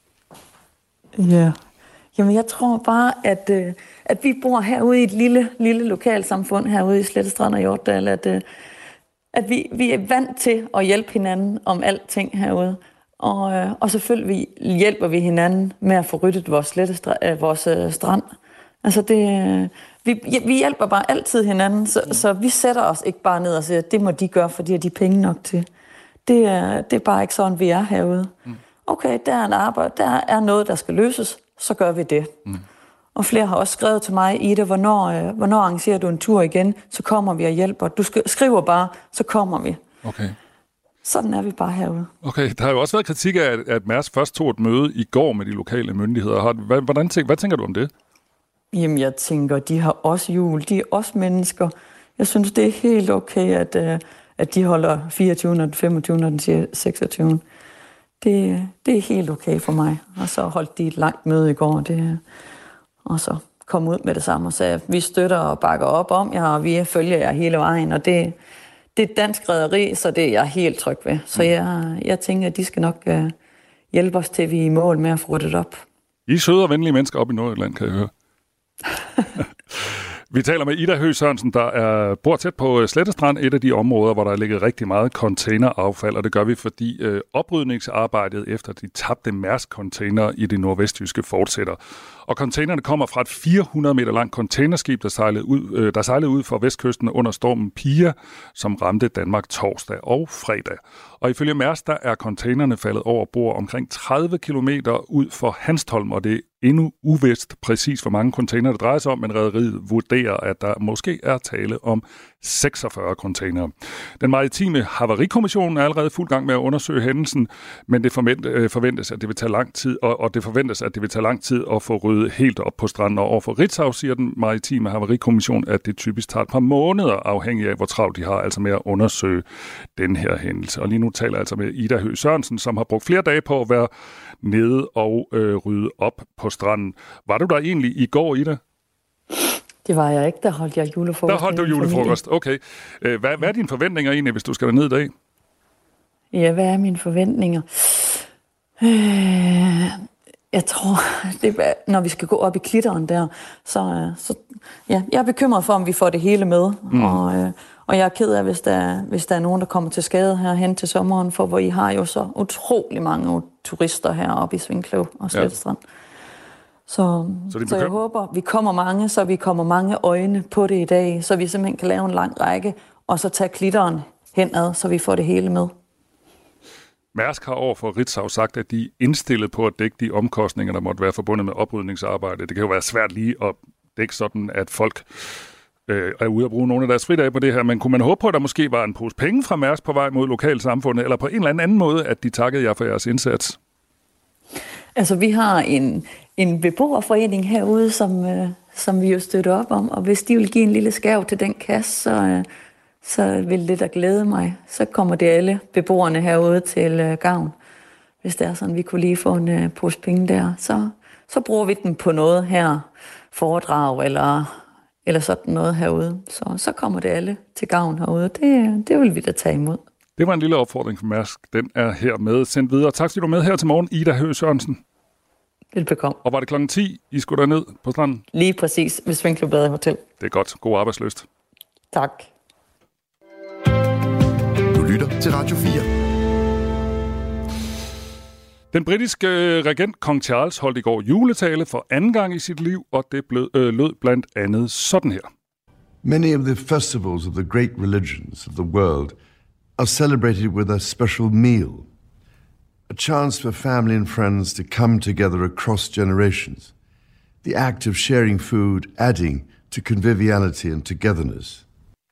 Ja, jamen jeg tror bare, at, øh, at vi bor herude i et lille, lille lokalsamfund herude i Slettestrand og Hjortdal, at øh, at vi, vi er vant til at hjælpe hinanden om alting herude. Og, øh, og selvfølgelig hjælper vi hinanden med at få ryddet vores, slettestrand, øh, vores øh, strand. Altså det, øh, vi, vi hjælper bare altid hinanden, så, mm. så vi sætter os ikke bare ned og siger, at det må de gøre, for de har de penge nok til. Det er, det er bare ikke sådan, vi er herude. Mm. Okay, der er en arbejde, der er noget, der skal løses, så gør vi det. Mm. Og flere har også skrevet til mig, Ida, hvornår, øh, hvornår arrangerer du en tur igen, så kommer vi og hjælper. Du sk- skriver bare, så kommer vi. Okay. Sådan er vi bare herude. Okay, der har jo også været kritik af, at Mærsk først tog et møde i går med de lokale myndigheder. Hvordan tænker, hvad tænker du om det? Jamen, jeg tænker, de har også jul, de er også mennesker. Jeg synes, det er helt okay, at, øh, at de holder fireogtyvende, den femogtyvende og den seksogtyvende. Det, det er helt okay for mig. Og så holdt de et langt møde i går, det og så kom ud med det samme og sagde, at vi støtter og bakker op om jer, og vi følger jer hele vejen. Og det, det er et dansk rederi, så det er jeg helt tryg ved. Så jeg, jeg tænker, at de skal nok uh, hjælpe os til, at vi er i mål med at få ryddet op. I er søde og venlige mennesker op i Nordjylland, kan jeg høre. Vi taler med Ida Høgh Sørensen, der er, bor tæt på Slettestrand, et af de områder, hvor der er ligget rigtig meget containeraffald, og det gør vi, fordi øh, oprydningsarbejdet efter de tabte Mærsk-container i det nordvestjyske fortsætter. Og containerne kommer fra et fire hundrede meter langt containerskib, der sejlede ud, øh, der sejlede ud fra vestkysten under stormen Pia, som ramte Danmark torsdag og fredag. Og ifølge Mærsk, der er containerne faldet over bord omkring tredive kilometer ud for Hanstholm, og det er endnu uvist præcis, hvor mange container det drejer sig om, men rederiet vurderer, at der måske er tale om seksogfyrre containere. Den maritime havarikommission er allerede fuld gang med at undersøge hændelsen, men det forventes, at det vil tage lang tid, og det forventes, at det vil tage lang tid at få ryddet helt op på stranden. Og overfor Ritzau siger den maritime havarikommission, at det typisk tager et par måneder, afhængig af, hvor travlt de har, altså med at undersøge den her hændelse. Og lige nu taler jeg altså med Ida Høgh Sørensen, som har brugt flere dage på at være nede og øh, rydde op på stranden. Var du der egentlig i går, Ida? Det var jeg ikke. Der holdt jeg julefrokost. Der holdt du julefrokost, okay. Hvad, hvad er dine forventninger egentlig, hvis du skal derned i dag? Ja, hvad er mine forventninger? Øh, jeg tror, det er, når vi skal gå op i klitteren der, så, så ja, jeg er bekymret for, om vi får det hele med. Mm. Og, øh, og jeg er ked af, hvis der, hvis der er nogen, der kommer til skade her hen til sommeren, for hvor I har jo så utrolig mange turister heroppe i Svinkløv og Slettestrand. Ja. Så, så, så jeg håber, vi kommer mange, så vi kommer mange øjne på det i dag, så vi simpelthen kan lave en lang række, og så tage klitteren henad, så vi får det hele med. Mærsk har over for Ritzau sagt, at de er indstillet på at dække de omkostninger, der måtte være forbundet med oprydningsarbejde. Det kan jo være svært lige at dække sådan, at folk øh, er ude at bruge nogle af deres fridage på det her, men kunne man håbe på, at der måske var en pose penge fra Mærsk på vej mod lokalsamfundet, eller på en eller anden måde, at de takkede jer for jeres indsats? Altså, vi har en, en beboerforening herude, som, øh, som vi jo støtter op om, og hvis de vil give en lille skærv til den kasse, så, øh, så vil det da glæde mig. Så kommer det alle beboerne herude til øh, gavn. Hvis det er sådan, vi kunne lige få en øh, pose penge der, så, så bruger vi den på noget her, foredrag eller eller sådan noget herude. Så, så kommer det alle til gavn herude. Det, det vil vi da tage imod. Det var en lille opfordring fra Mærsk. Den er hermed sendt videre. Tak fordi du var med her til morgen, Ida Høgh Sørensen. Velbekomme. Og var det klokken ti, I skulle derned på stranden? Lige præcis, ved Svinklubade Hotel. Det er godt. God arbejdslyst. Tak. Du lytter til Radio fire. Den britiske regent Kong Charles holdt i går juletale for anden gang i sit liv, og det blev, øh, lød blandt andet sådan her. Many of the festivals of the great religions of the world are celebrated with a special meal. A chance for family and friends to come together across generations. The act of sharing food adding to conviviality and togetherness.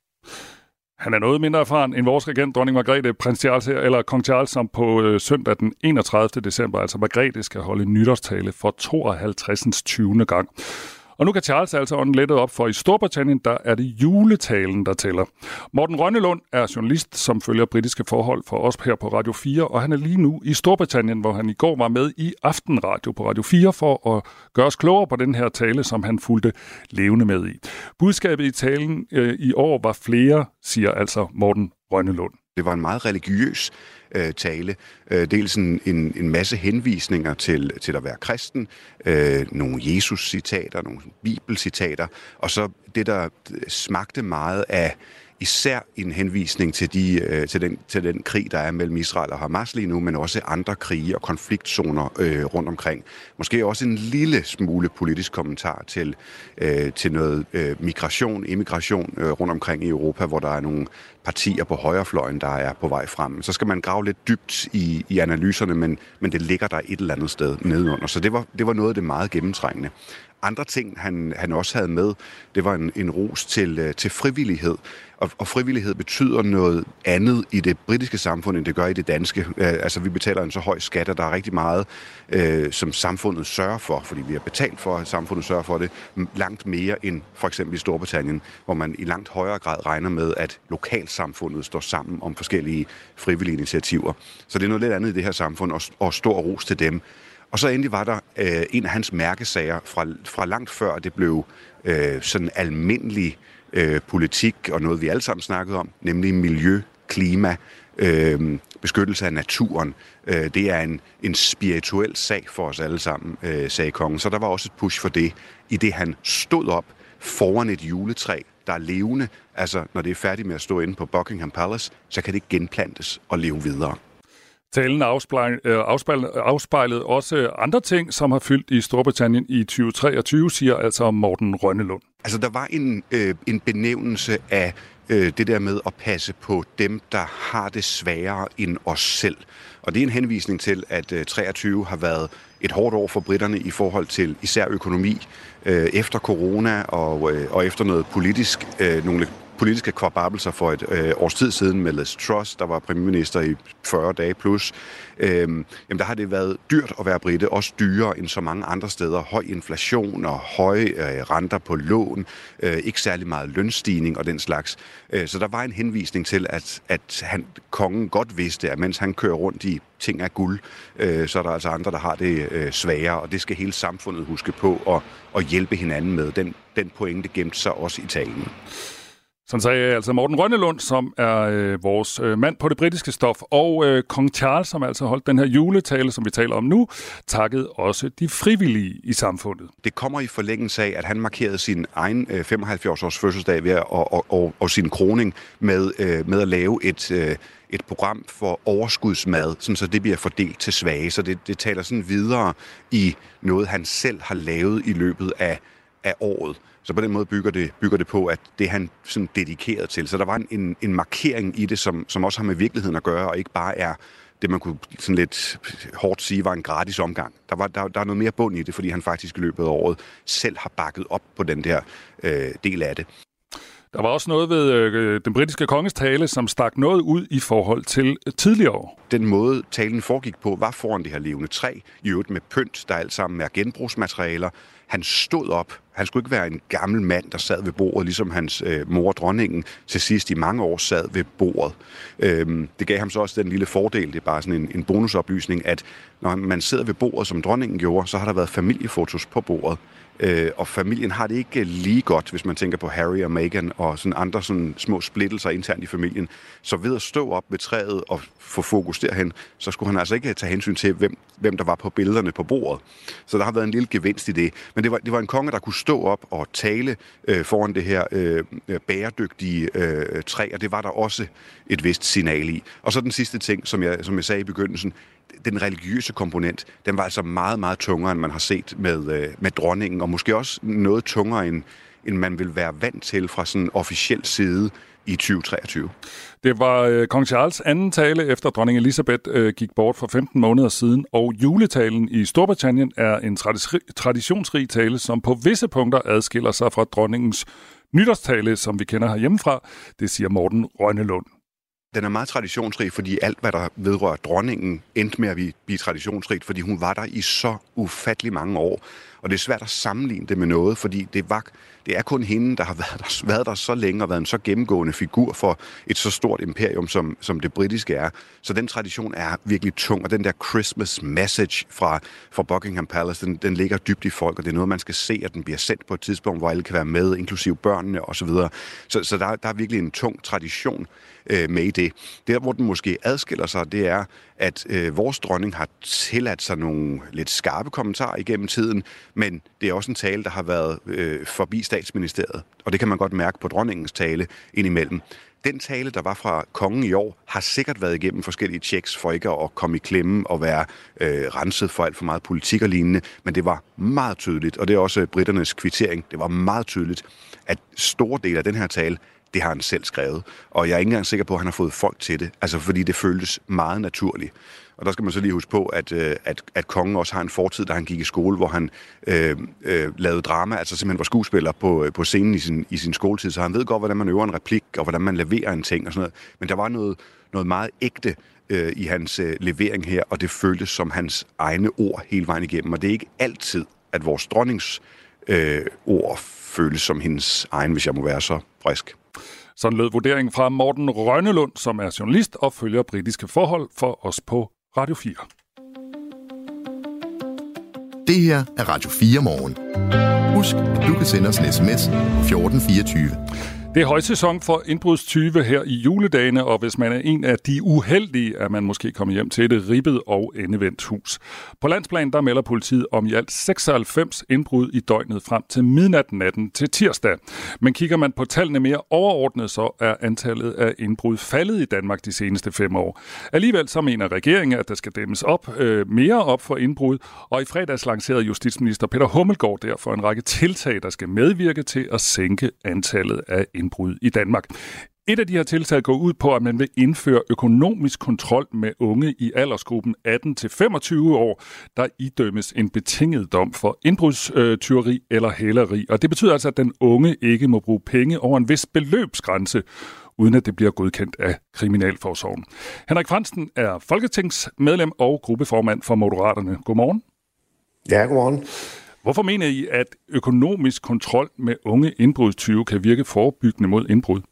Han er noget mindre erfaren end vores regent, dronning Margrethe, prins Charles her, eller kong Charles, som på øh, søndag den enogtredivte december, altså Margrethe, skal holde nytårstale for tooghalvtreds tyvende gang. Og nu kan Charles altså ånden lettet op, for i Storbritannien, der er det juletalen, der tæller. Morten Rønnelund er journalist, som følger britiske forhold for os her på Radio fire, og han er lige nu i Storbritannien, hvor han i går var med i Aftenradio på Radio fire for at gøre os klogere på den her tale, som han fulgte levende med i. Budskabet i talen øh, i år var flere, siger altså Morten Rønnelund. Det var en meget religiøs øh, tale. Øh, dels en, en, en masse henvisninger til, til at være kristen, øh, nogle Jesus-citater, nogle bibelcitater, og så det, der smagte meget af især en henvisning til, de, øh, til, den, til den krig, der er mellem Israel og Hamas lige nu, men også andre krige og konfliktzoner øh, rundt omkring. Måske også en lille smule politisk kommentar til, øh, til noget øh, migration, immigration øh, rundt omkring i Europa, hvor der er nogle partier på højrefløjen, der er på vej frem. Så skal man grave lidt dybt i, i analyserne, men, men det ligger der et eller andet sted nedenunder. Så det var, det var noget af det meget gennemtrængende. Andre ting, han, han også havde med, det var en, en ros til, til frivillighed. Og, og frivillighed betyder noget andet i det britiske samfund, end det gør i det danske. Altså, vi betaler en så høj skat, at der er rigtig meget, øh, som samfundet sørger for, fordi vi har betalt for, at samfundet sørger for det, langt mere end for eksempel i Storbritannien, hvor man i langt højere grad regner med, at lokalsamfundet står sammen om forskellige frivillige initiativer. Så det er noget lidt andet i det her samfund, og, og stor ros til dem. Og så endelig var der øh, en af hans mærkesager fra, fra langt før det blev øh, sådan almindelig øh, politik og noget, vi alle sammen snakkede om, nemlig miljø, klima, øh, beskyttelse af naturen. Øh, det er en, en spirituel sag for os alle sammen, øh, sagde kongen. Så der var også et push for det, i det han stod op foran et juletræ, der er levende. Altså, når det er færdigt med at stå inde på Buckingham Palace, så kan det genplantes og leve videre. Talen afspejlede, afspejlede også andre ting, som har fyldt i Storbritannien i tyve treogtyve, siger altså Morten Rønnelund. Altså, der var en, øh, en benævnelse af øh, det der med at passe på dem, der har det sværere end os selv. Og det er en henvisning til, at øh, treogtyve har været et hårdt år for britterne i forhold til især økonomi, øh, efter corona og, øh, og efter noget politisk, øh, nogle politiske kvababelser for et øh, års tid siden med Liz Truss, der var premierminister i fyrre dage plus. Øhm, jamen der har det været dyrt at være brite, også dyrere end så mange andre steder. Høj inflation og høje øh, renter på lån, øh, ikke særlig meget lønstigning og den slags. Øh, så der var en henvisning til, at, at han, kongen godt vidste, at mens han kører rundt i ting af guld, øh, så er der altså andre, der har det øh, sværere, og det skal hele samfundet huske på og, og hjælpe hinanden med. Den, den pointe gemte sig også i talen. Sådan sagde altså Morten Rønnelund, som er øh, vores øh, mand på det britiske stof, og øh, kong Charles, som altså holdt den her juletale, som vi taler om nu, takkede også de frivillige i samfundet. Det kommer i forlængelse af, at han markerede sin egen øh, femoghalvfjerds års fødselsdag ved at, og, og, og, og sin kroning med, øh, med at lave et, øh, et program for overskudsmad, sådan så det bliver fordelt til svage. Så det, det taler sådan videre i noget, han selv har lavet i løbet af, af året. Så på den måde bygger det, bygger det på, at det er han sådan dedikeret til. Så der var en, en markering i det, som, som også har med virkeligheden at gøre, og ikke bare er det, man kunne sådan lidt hårdt sige, var en gratis omgang. Der, var, der, der er noget mere bund i det, fordi han faktisk i løbet af året selv har bakket op på den der øh, del af det. Der var også noget ved øh, den britiske konges tale, som stak noget ud i forhold til tidligere år. Den måde talen foregik på, var foran det her levende træ, i øvrigt med pynt, der alt sammen er genbrugsmaterialer. Han stod op. Han skulle ikke være en gammel mand, der sad ved bordet, ligesom hans øh, mor, dronningen, til sidst i mange år sad ved bordet. Øhm, det gav ham så også den lille fordel, det er bare sådan en, en bonusoplysning, at når man sidder ved bordet, som dronningen gjorde, så har der været familiefotos på bordet. øh, og familien har det ikke lige godt, hvis man tænker på Harry og Meghan og sådan andre sådan små splittelser internt i familien. Så ved at stå op ved træet og få fokus derhen, så skulle han altså ikke tage hensyn til, hvem, hvem der var på billederne på bordet. Så der har været en lille gevinst i det. Men det var, det var en konge, der kunne stå op og tale øh, foran det her øh, bæredygtige øh, træ, og det var der også et vist signal i. Og så den sidste ting, som jeg, som jeg sagde i begyndelsen, den religiøse komponent, den var altså meget, meget tungere, end man har set med, med dronningen, og måske også noget tungere, end, end man vil være vant til fra sådan en officiel side i tyve treogtyve. Det var øh, kong Charles' anden tale, efter dronning Elizabeth øh, gik bort for femten måneder siden, og juletalen i Storbritannien er en tradi- traditionsrig tale, som på visse punkter adskiller sig fra dronningens nytårstale, som vi kender herhjemmefra. Det siger Morten Rønnelund. Den er meget traditionsrig, fordi alt, hvad der vedrører dronningen, endte med at blive traditionsrigt, fordi hun var der i så ufattelig mange år. Og det er svært at sammenligne det med noget, fordi det, var, det er kun hende, der har været der, været der så længe og været en så gennemgående figur for et så stort imperium, som, som det britiske er. Så den tradition er virkelig tung, og den der Christmas message fra, fra Buckingham Palace, den, den ligger dybt i folk, og det er noget, man skal se, at den bliver sendt på et tidspunkt, hvor alle kan være med, inklusive børnene osv. Så, så der, der er virkelig en tung tradition øh, med i det. Der, hvor den måske adskiller sig, det er, at øh, vores dronning har tilladt sig nogle lidt skarpe kommentarer igennem tiden, men det er også en tale, der har været øh, forbi statsministeriet, og det kan man godt mærke på dronningens tale indimellem. Den tale, der var fra kongen i år, har sikkert været igennem forskellige checks for ikke at komme i klemme og være øh, renset for alt for meget politik og lignende, men det var meget tydeligt, og det er også britternes kvittering, det var meget tydeligt, at store dele af den her tale, det har han selv skrevet, og jeg er ikke engang sikker på, at han har fået folk til det, altså fordi det føltes meget naturligt. Og der skal man så lige huske på, at, at, at kongen også har en fortid, da han gik i skole, hvor han øh, øh, lavede drama, altså simpelthen var skuespiller på, på scenen i sin, i sin skoletid, så han ved godt, hvordan man øver en replik, og hvordan man leverer en ting og sådan noget. Men der var noget, noget meget ægte øh, i hans øh, levering her, og det føltes som hans egne ord hele vejen igennem. Og det er ikke altid, at vores dronnings øh, ord føles som hendes egen, hvis jeg må være så frisk. Sådan lød vurderingen fra Morten Rønnelund, som er journalist og følger britiske forhold for os på Radio fire. Det her er Radio fire morgen. Husk, at du kan sende os en sms fjorten fireogtyve. Det er højsæson for indbrudstyve her i juledagene, og hvis man er en af de uheldige, er man måske kommet hjem til et ribbet og endevendt hus. På landsplan der melder politiet om i alt seksoghalvfems indbrud i døgnet frem til midnat natten til tirsdag. Men kigger man på tallene mere overordnet, så er antallet af indbrud faldet i Danmark de seneste fem år. Alligevel så mener regeringen, at der skal dæmmes op, øh, mere op for indbrud, og i fredags lancerede justitsminister Peter Hummelgaard derfor en række tiltag, der skal medvirke til at sænke antallet af indbrud i Danmark. Et af de her tiltag går ud på, at man vil indføre økonomisk kontrol med unge i aldersgruppen atten til femogtyve år, der idømmes en betinget dom for indbrudstyveri eller hæleri. Og det betyder altså, at den unge ikke må bruge penge over en vis beløbsgrænse, uden at det bliver godkendt af Kriminalforsorgen. Henrik Frandsen er folketingsmedlem og gruppeformand for Moderaterne. Godmorgen. Ja, godmorgen. Hvorfor mener I, at økonomisk kontrol med unge indbrudstyve kan virke forebyggende mod indbrud?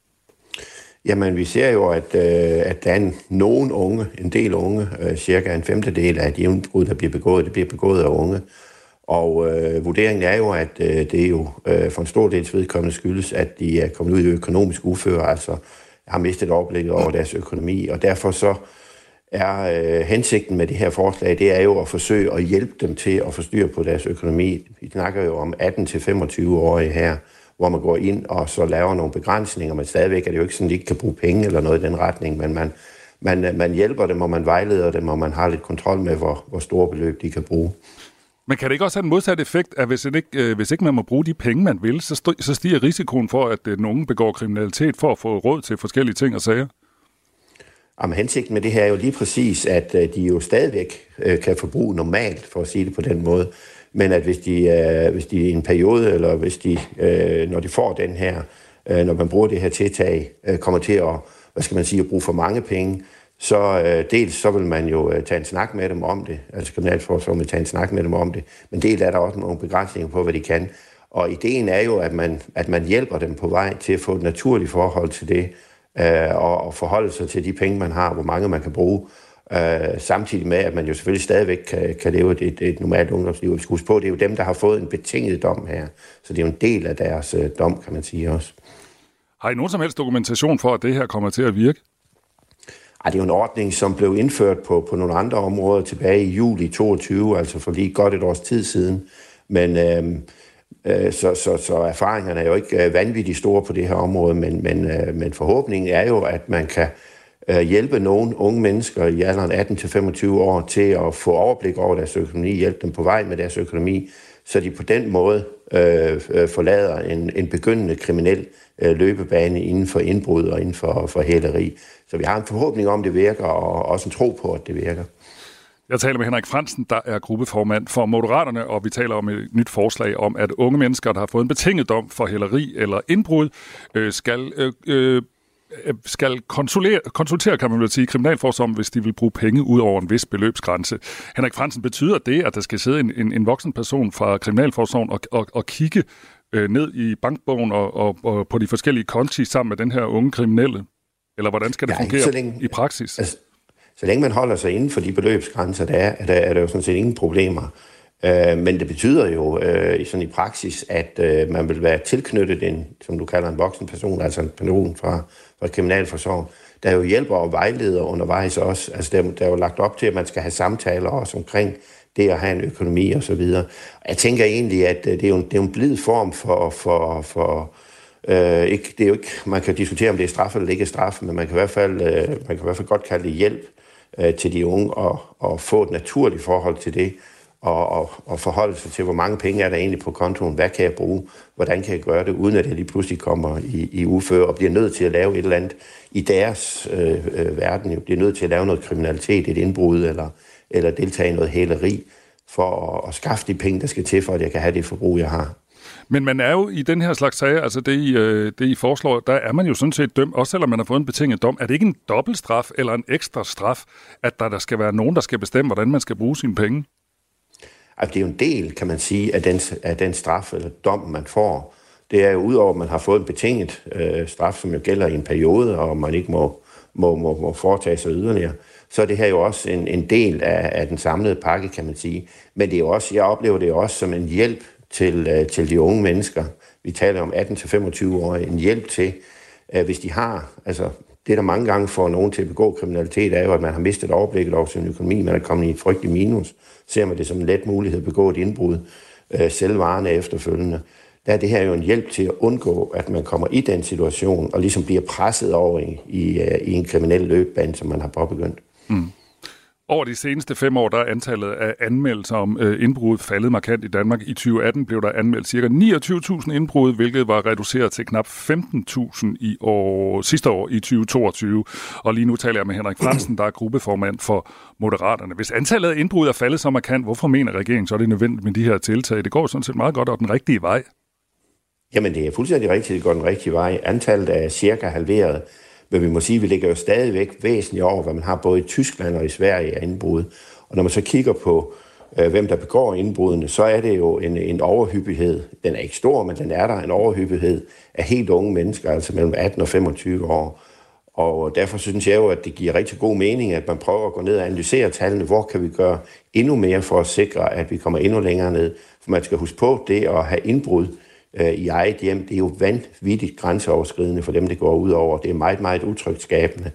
Jamen, vi ser jo, at, øh, at der er nogen unge, en del unge, øh, cirka en femtedel af de indbrud, der bliver begået, det bliver begået af unge. Og øh, vurderingen er jo, at øh, det er jo øh, for en stor dels vedkommende skyldes, at de er kommet ud i økonomisk uføre, altså har mistet overblikket over deres økonomi, og derfor så er øh, hensigten med det her forslag, det er jo at forsøge at hjælpe dem til at få styr på deres økonomi. Vi snakker jo om atten til femogtyve-årige her, hvor man går ind og så laver nogle begrænsninger, men stadigvæk er det jo ikke sådan, at de ikke kan bruge penge eller noget i den retning, men man, man, man hjælper dem, og man vejleder dem, og man har lidt kontrol med, hvor, hvor store beløb de kan bruge. Men kan det ikke også have en modsat effekt, at hvis ikke, øh, hvis ikke man må bruge de penge, man vil, så, st- så stiger risikoen for, at øh, nogen begår kriminalitet for at få råd til forskellige ting og sager? Jamen, hensigten med det her er jo lige præcis, at øh, de jo stadigvæk øh, kan forbruge normalt, for at sige det på den måde. Men at hvis de, øh, hvis de i en periode, eller hvis de, øh, når de får den her, øh, når man bruger det her tiltag, øh, kommer til at, hvad skal man sige, at bruge for mange penge, så øh, dels så vil man jo øh, tage en snak med dem om det, altså Kriminalforsorgen vil tage en snak med dem om det, men dels er der også nogle begrænsninger på, hvad de kan. Og ideen er jo, at man, at man hjælper dem på vej til at få et naturligt forhold til det, øh, og, og forholde sig til de penge, man har, hvor mange man kan bruge, Øh, samtidig med, at man jo selvfølgelig stadigvæk kan, kan leve et, et normalt ungdomsliv. Vi skal huske på, det er jo dem, der har fået en betinget dom her. Så det er jo en del af deres øh, dom, kan man sige også. Har I nogen som helst dokumentation for, at det her kommer til at virke? Ej, det er jo en ordning, som blev indført på, på nogle andre områder tilbage i juli toogtyve, altså for lige godt et års tid siden. Men øh, øh, så, så, så erfaringerne er jo ikke øh, vanvittigt store på det her område, men, men, øh, men forhåbningen er jo, at man kan øh, hjælpe nogle unge mennesker i alderen atten til femogtyve år til at få overblik over deres økonomi, hjælpe dem på vej med deres økonomi, så de på den måde øh, øh, forlader en, en begyndende kriminel øh, løbebane inden for indbrud og inden for, for hæleri. Så vi har en forhåbning om, det virker, og også en tro på, at det virker. Jeg taler med Henrik Frandsen, der er gruppeformand for Moderaterne, og vi taler om et nyt forslag om, at unge mennesker, der har fået en betinget dom for hæleri eller indbrud, øh, skal, øh, skal konsulere, konsultere, kan man vel sige, kriminalforsorgen, hvis de vil bruge penge ud over en vis beløbsgrænse. Henrik Frandsen, betyder det, at der skal sidde en, en, en voksen person fra kriminalforsorgen og, og, og kigge øh, ned i bankbogen og, og, og på de forskellige konti sammen med den her unge kriminelle? Eller hvordan skal det ja, fungere længe, i praksis? Altså, så længe man holder sig inden for de beløbsgrænser, der er, er, der, er der jo sådan set ingen problemer. Øh, men det betyder jo øh, sådan i praksis, at øh, man vil være tilknyttet en, som du kalder en voksen person, altså en person fra, fra kriminalforsorgen, der jo hjælper og vejleder undervejs også. Altså der, der er jo lagt op til, at man skal have samtaler også omkring det at have en økonomi og så videre. Jeg tænker egentlig, at det er jo en, det er en blid form for... for, for Øh, ikke, det er jo ikke, man kan diskutere, om det er straf eller ikke er straf, men man kan i hvert fald, øh, man kan i hvert fald godt kalde det hjælp øh, til de unge og, og få et naturligt forhold til det, og, og, og forholde sig til, hvor mange penge er der egentlig på kontoen, hvad kan jeg bruge, hvordan kan jeg gøre det, uden at jeg lige pludselig kommer i, i uføre og bliver nødt til at lave et eller andet i deres øh, øh, verden, jo bliver nødt til at lave noget kriminalitet, et indbrud eller, eller deltage i noget hæleri for at, at skaffe de penge, der skal til, for at jeg kan have det forbrug, jeg har. Men man er jo i den her slags sager, altså det I, det I foreslår, der er man jo sådan set dømt, også selvom man har fået en betinget dom. Er det ikke en dobbelt straf eller en ekstra straf, at der, der skal være nogen, der skal bestemme, hvordan man skal bruge sine penge? Altså, det er jo en del, kan man sige, af den, af den straf eller dom, man får. Det er jo udover, at man har fået en betinget øh, straf, som jo gælder i en periode, og man ikke må, må, må, må foretage sig yderligere, så er det her jo også en, en del af, af den samlede pakke, kan man sige. Men det er jo også, jeg oplever det også som en hjælp til, til de unge mennesker. Vi taler om atten til femogtyve år. En hjælp til, hvis de har, altså det der mange gange får nogen til at begå kriminalitet, er jo, at man har mistet overblikket over sin økonomi, man er kommet i et frygteligt minus. Ser man det som en let mulighed at begå et indbrud, sælge varerne efterfølgende. Der er det her jo en hjælp til at undgå, at man kommer i den situation, og ligesom bliver presset over i, i, i en kriminel løbebane, som man har påbegyndt. Mm. Over de seneste fem år, der er antallet af anmeldelser om øh, indbrud faldet markant i Danmark. I tyve atten blev der anmeldt ca. niogtyve tusind indbrud, hvilket var reduceret til knap femten tusind i år, sidste år i tyve toogtyve. Og lige nu taler jeg med Henrik Frandsen, der er gruppeformand for Moderaterne. Hvis antallet af indbrud er faldet så markant, hvorfor mener regeringen så er det nødvendigt med de her tiltag? Det går sådan set meget godt og den rigtige vej. Jamen det er fuldstændig rigtigt, det går den rigtige vej. Antallet er cirka halveret. Men vi må sige, at vi ligger jo stadigvæk væsentligt over, hvad man har både i Tyskland og i Sverige af indbrud. Og når man så kigger på, øh, hvem der begår indbrudene, så er det jo en, en overhyppighed. Den er ikke stor, men den er der en overhyppighed af helt unge mennesker, altså mellem atten og femogtyve år. Og derfor synes jeg jo, at det giver rigtig god mening, at man prøver at gå ned og analysere tallene. Hvor kan vi gøre endnu mere for at sikre, at vi kommer endnu længere ned? For man skal huske på, det at have indbrud i eget hjem, det er jo vanvittigt grænseoverskridende for dem, det går ud over. Det er meget, meget utrygtskabende.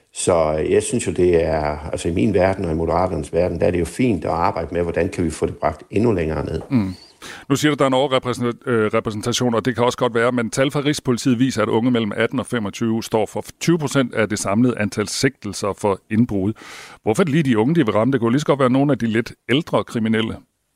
Så jeg synes jo, det er, altså i min verden og i Moderaternes verden, der er det jo fint at arbejde med, hvordan kan vi få det bragt endnu længere ned. Mm. Nu siger du, at der er en overrepræsentation, og det kan også godt være, men tal fra Rigspolitiet viser, at unge mellem atten og femogtyve står for tyve procent af det samlede antal sigtelser for indbrud. Hvorfor er det lige de unge, de vil ramme? Det kunne lige så godt være nogle af de lidt ældre kriminelle.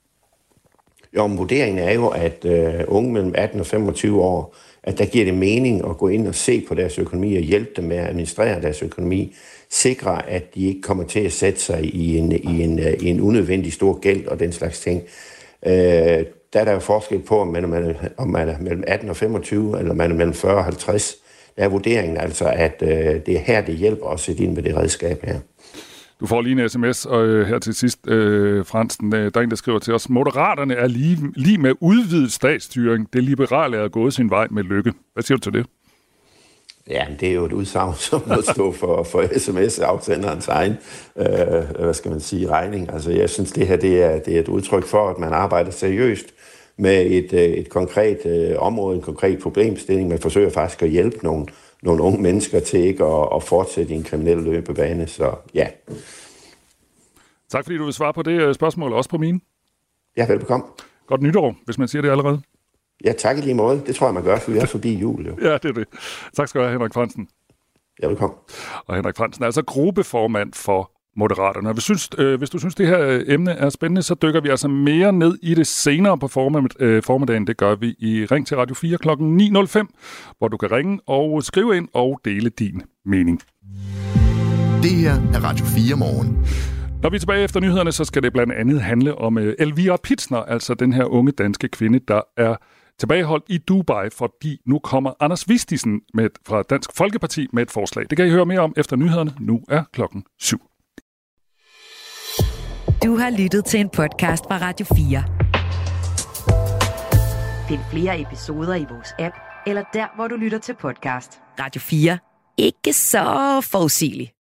Jo, men vurderingen er jo, at øh, unge mellem atten og femogtyve år, at der giver det mening at gå ind og se på deres økonomi og hjælpe dem med at administrere deres økonomi. Sikre, at de ikke kommer til at sætte sig i en, i en, i en unødvendig stor gæld og den slags ting. Øh, der er der jo forskel på, om man, er, om man er mellem atten og femogtyve, eller man er mellem fyrre og halvtreds. Der er vurderingen altså, at øh, det er her, det hjælper at sætte ind med det redskab her. Du får lige en sms, og øh, her til sidst, øh, Frandsen, øh, der er en, der skriver til os, Moderaterne er lige, lige med udvidet statsstyring. Det liberale er gået sin vej med lykke. Hvad siger du til det? Ja, det er jo et udsagn, som må stå for, for sms-afsenderens egen, øh, hvad skal man sige, regning. Altså, jeg synes, det her det er, det er et udtryk for, at man arbejder seriøst med et, et konkret øh, område, en konkret problemstilling. Man forsøger faktisk at hjælpe nogle, nogle unge mennesker til ikke at, at fortsætte i en kriminel løbebane. Så ja. Tak fordi du vil svare på det spørgsmål, også på mine. Ja, velbekomme. Godt nytår, hvis man siger det allerede. Ja, tak i lige måde. Det tror jeg, man gør, for vi er forbi jul. Jo. Ja, det er det. Tak skal du have, Henrik Frandsen. Ja, velkommen. Og Henrik Frandsen er altså gruppeformand for Moderaterne. Og hvis, synes, øh, hvis du synes, det her emne er spændende, så dykker vi altså mere ned i det senere på formiddagen. Det gør vi i Ring til Radio fire klokken ni nul fem, hvor du kan ringe og skrive ind og dele din mening. Det her er Radio fire morgen. Når vi er tilbage efter nyhederne, så skal det blandt andet handle om Elvira Pitsner, altså den her unge danske kvinde, der er tilbageholdt i Dubai, fordi nu kommer Anders Vistisen med, fra Dansk Folkeparti med et forslag. Det kan I høre mere om efter nyhederne. Nu er klokken syv. Du har lyttet til en podcast fra Radio fire. Find flere episoder i vores app, eller der, hvor du lytter til podcast. Radio fire. Ikke så forudsigeligt.